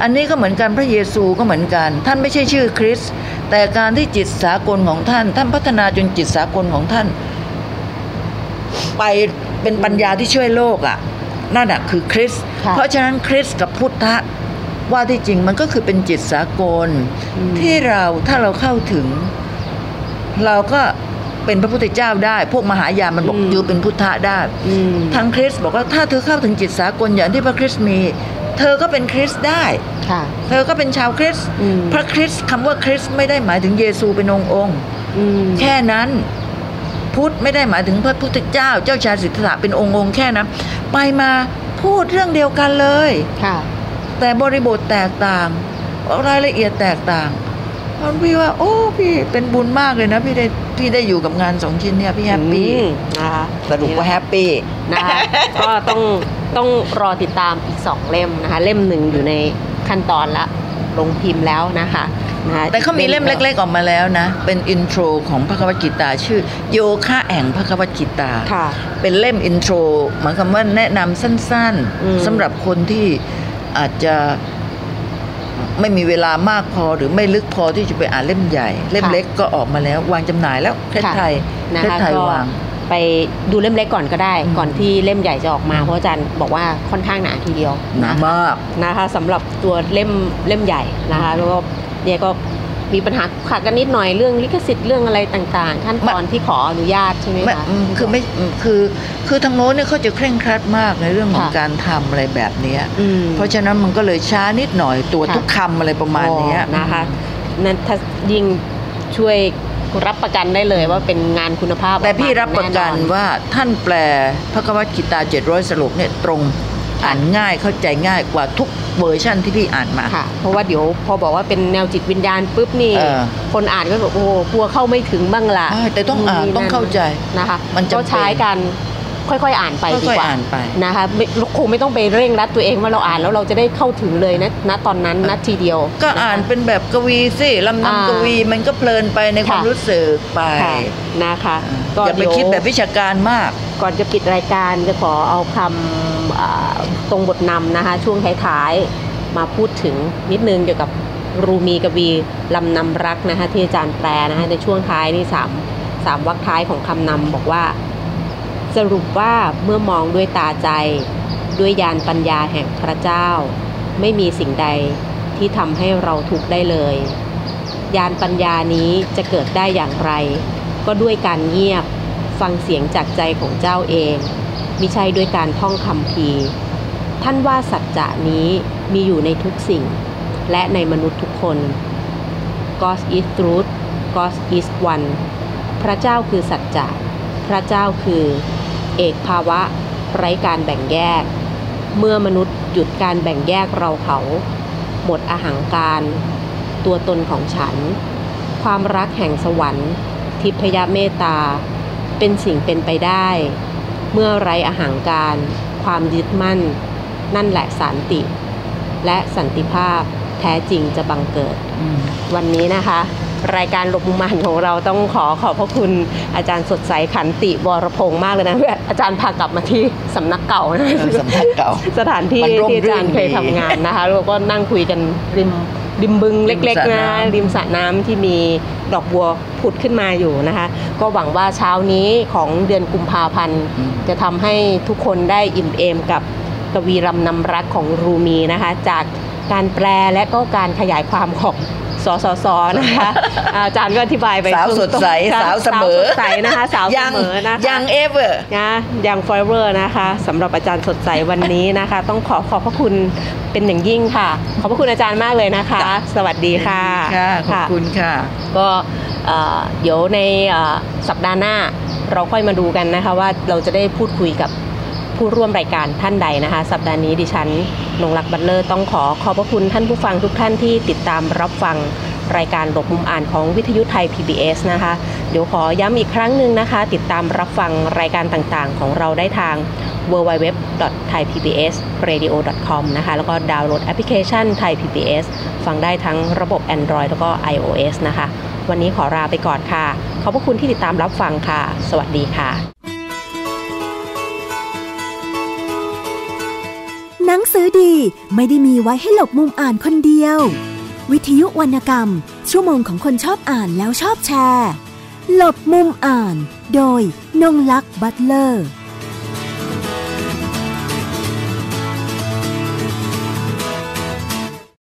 อันนี้ก็เหมือนกันพระเยซูก็เหมือนกันท่านไม่ใช่ชื่อคริสต์แต่การที่จิตสากลของท่านพัฒนาจนจิตสากลของท่านไปเป็นปัญญาที่ช่วยโลกอ่ะนั่นอ่ะคือคริสต์เพราะฉะนั้นคริสต์กับพุทธะว่าที่จริงมันก็คือเป็นจิตสากลที่ถ้าเราเข้าถึงเราก็เป็นพระพุทธเจ้าได้พวกมหายานมันบอกอยู่เป็นพุทธะได้ทั้งคริสต์บอกว่าถ้าเธอเข้าถึงจิตสากลอย่างที่พระคริสต์มีเธอก็เป็นคริสต์ได้เธอก็เป็นชาวคริสต์พระคริสต์คำว่าคริสต์ไม่ได้หมายถึงเยซูเป็นองค์แค่นั้นพุทธไม่ได้หมายถึงพระพุทธเจ้าเจ้าชายสิทธัตถะเป็นองค์แค่นั้นไปมาพูดเรื่องเดียวกันเลยแต่บริบทแตกต่างรายละเอียดแตกต่างพี่ว่าโอ้พี่เป็นบุญมากเลยนะพี่ได้อยู่กับงาน2ชิ้นเนี่ยพี่แฮปปี้นะคะสรุปว่าแฮปปี้นะคะก็ต้องรอติดตามอีก2เล่มนะคะเล่ม1อยู่ในขั้นตอนละลงพิมพ์แล้วนะคะแต่เขามีเล่มเล็กๆออกมาแล้วนะเป็นอินโทรของพระคัมภีร์กิตาชื่อโยคะแห่งพระคัมภีร์กิตาเป็นเล่มอินโทรหมายความว่าแนะนำสั้นๆสำหรับคนที่อาจจะไม่มีเวลามากพอหรือไม่ลึกพอที่จะไปอ่านเล่มใหญ่เล่มเล็กก็ออกมาแล้ววางจำหน่ายแล้วประเทศไทยวางไปดูเล่มเล็กก่อนก็ได้ก่อนที่เล่มใหญ่จะออกมาเพราะอาจารย์บอกว่าค่อนข้างหนาทีเดียวหนามากนะคะสำหรับตัวเล่มใหญ่นะคะแล้วก็เนี่ยก็มีปัญหาขัดกันนิดหน่อยเรื่องลิขสิทธิ์เรื่องอะไรต่างๆขั้นตอนที่ขออนุญาตใช่ไหมคะคือไม่คือทางโน้นเนี่ยเขาจะเคร่งครัดมากในเรื่องของการทำอะไรแบบนี้เพราะฉะนั้นมันก็เลยช้านิดหน่อยตัวทุกคำอะไรประมาณนี้นะคะนั่นถ้ายิ่งช่วยรับประกันได้เลยว่าเป็นงานคุณภาพแต่พี่รับประกันว่าท่านแปลพระคัมภีร์กิตา700สรุปเนี่ยตรงอ่านง่ายเข้าใจง่ายกว่าทุกเวอร์ชันที่พี่อ่านมาค่ะเพราะว่าเดี๋ยวพอบอกว่าเป็นแนวจิตวิญญาณปุ๊บนี่คนอ่านก็แบบโอ้กลัวเข้าไม่ถึงบ้างละแต่ต้องอ่านต้องเข้าใจนะคะมันก็ใช้กันค่อยๆอ่านไปดีกว่านะคะคงไม่ต้องไปเร่งรัดตัวเองว่าเราอ่านแล้วเราจะได้เข้าถึงเลยนะตอนนั้นนะทีเดียวก็อ่านเป็นแบบกวีสิลำนำกวีมันก็เพลินไปในความรู้สึกไปนะคะอย่าไปคิดแบบวิชาการมากก่อนจะปิดรายการจะขอเอาคำตรงบทนำนะคะช่วงท้ายๆมาพูดถึงนิดนึงเกี่ยวกับรูมีกวีลำนำรักนะคะที่อาจารย์แปลนะคะในช่วงท้ายนี่3วรรคท้ายของคำนำบอกว่าสรุปว่าเมื่อมองด้วยตาใจด้วยญาณปัญญาแห่งพระเจ้าไม่มีสิ่งใดที่ทำให้เราทุกข์ได้เลยญาณปัญญานี้จะเกิดได้อย่างไรก็ด้วยการเงียบฟังเสียงจากใจของเจ้าเองมิใช่ด้วยการท่องคัมภีร์ท่านว่าสัจจะนี้มีอยู่ในทุกสิ่งและในมนุษย์ทุกคน God is truth God is one พระเจ้าคือสัจจะพระเจ้าคือเอกภาวะไร้การแบ่งแยกเมื่อมนุษย์หยุดการแบ่งแยกเราเขาหมดอหังการตัวตนของฉันความรักแห่งสวรรค์ทิพยเมตตาเป็นสิ่งเป็นไปได้เมื่อไร้อหังการความยึดมั่นนั่นแหละสันติและสันติภาพแท้จริงจะบังเกิดวันนี้นะคะรายการหลบมุมมานของเราต้องขอบพระคุณอาจารย์สดใสขันติวรพงษ์มากเลยนะอาจารย์พากลับมาที่สำนักเก่านะสำนักเก่าสถานที่ที่อาจารย์เคยทำงานนะคะแล้วก็นั่งคุยกันริมบึงเล็กๆนะริมสระน้ำที่มีดอกบัวผุดขึ้นมาอยู่นะคะก็หวังว่าเช้านี้ของเดือนกุมภาพันธ์จะทำให้ทุกคนได้อิ่มเอมกับกวีรำนำรักของรูมีนะคะจากการแปลและก็การขยายความของสนะคะอาจารย์ก็อธิบายไปสาวสดใสสาวเสมอใสนะคะสาวเสมอนะคะยังเอเวอร์นะยัง forever นะคะสำหรับอาจารย์สดใสวันนี้นะคะต้องขอบพระคุณเป็นอย่างยิ่งค่ะขอบพระคุณอาจารย์มากเลยนะคะสวัสดีค่ะขอบคุณค่ะก็เดี๋ยวในสัปดาห์หน้าเราค่อยมาดูกันนะคะว่าเราจะได้พูดคุยกับผู้ร่วมรายการท่านใดนะคะสัปดาห์นี้ดิฉันนงลักษณ์บัตเลอร์ต้องขอบพระคุณท่านผู้ฟังทุกท่านที่ติดตามรับฟังรายการหลบมุมอ่านของวิทยุไทย PBS นะคะเดี๋ยวขอย้ำอีกครั้งหนึ่งนะคะติดตามรับฟังรายการต่างๆของเราได้ทาง www.thaipbsradio.com นะคะแล้วก็ดาวน์โหลดแอปพลิเคชัน Thai PBS ฟังได้ทั้งระบบ Android แล้วก็ iOS นะคะวันนี้ขอลาไปก่อนค่ะขอบพระคุณที่ติดตามรับฟังค่ะสวัสดีค่ะในนังสือดีไม่ได้มีไว้ให้หลบมุมอ่านคนเดียววิทยุวรรณกรรมชั่วโมงของคนชอบอ่านแล้วชอบแชร์หลบมุมอ่านโดยนงลักษณ์ บัตเลอร์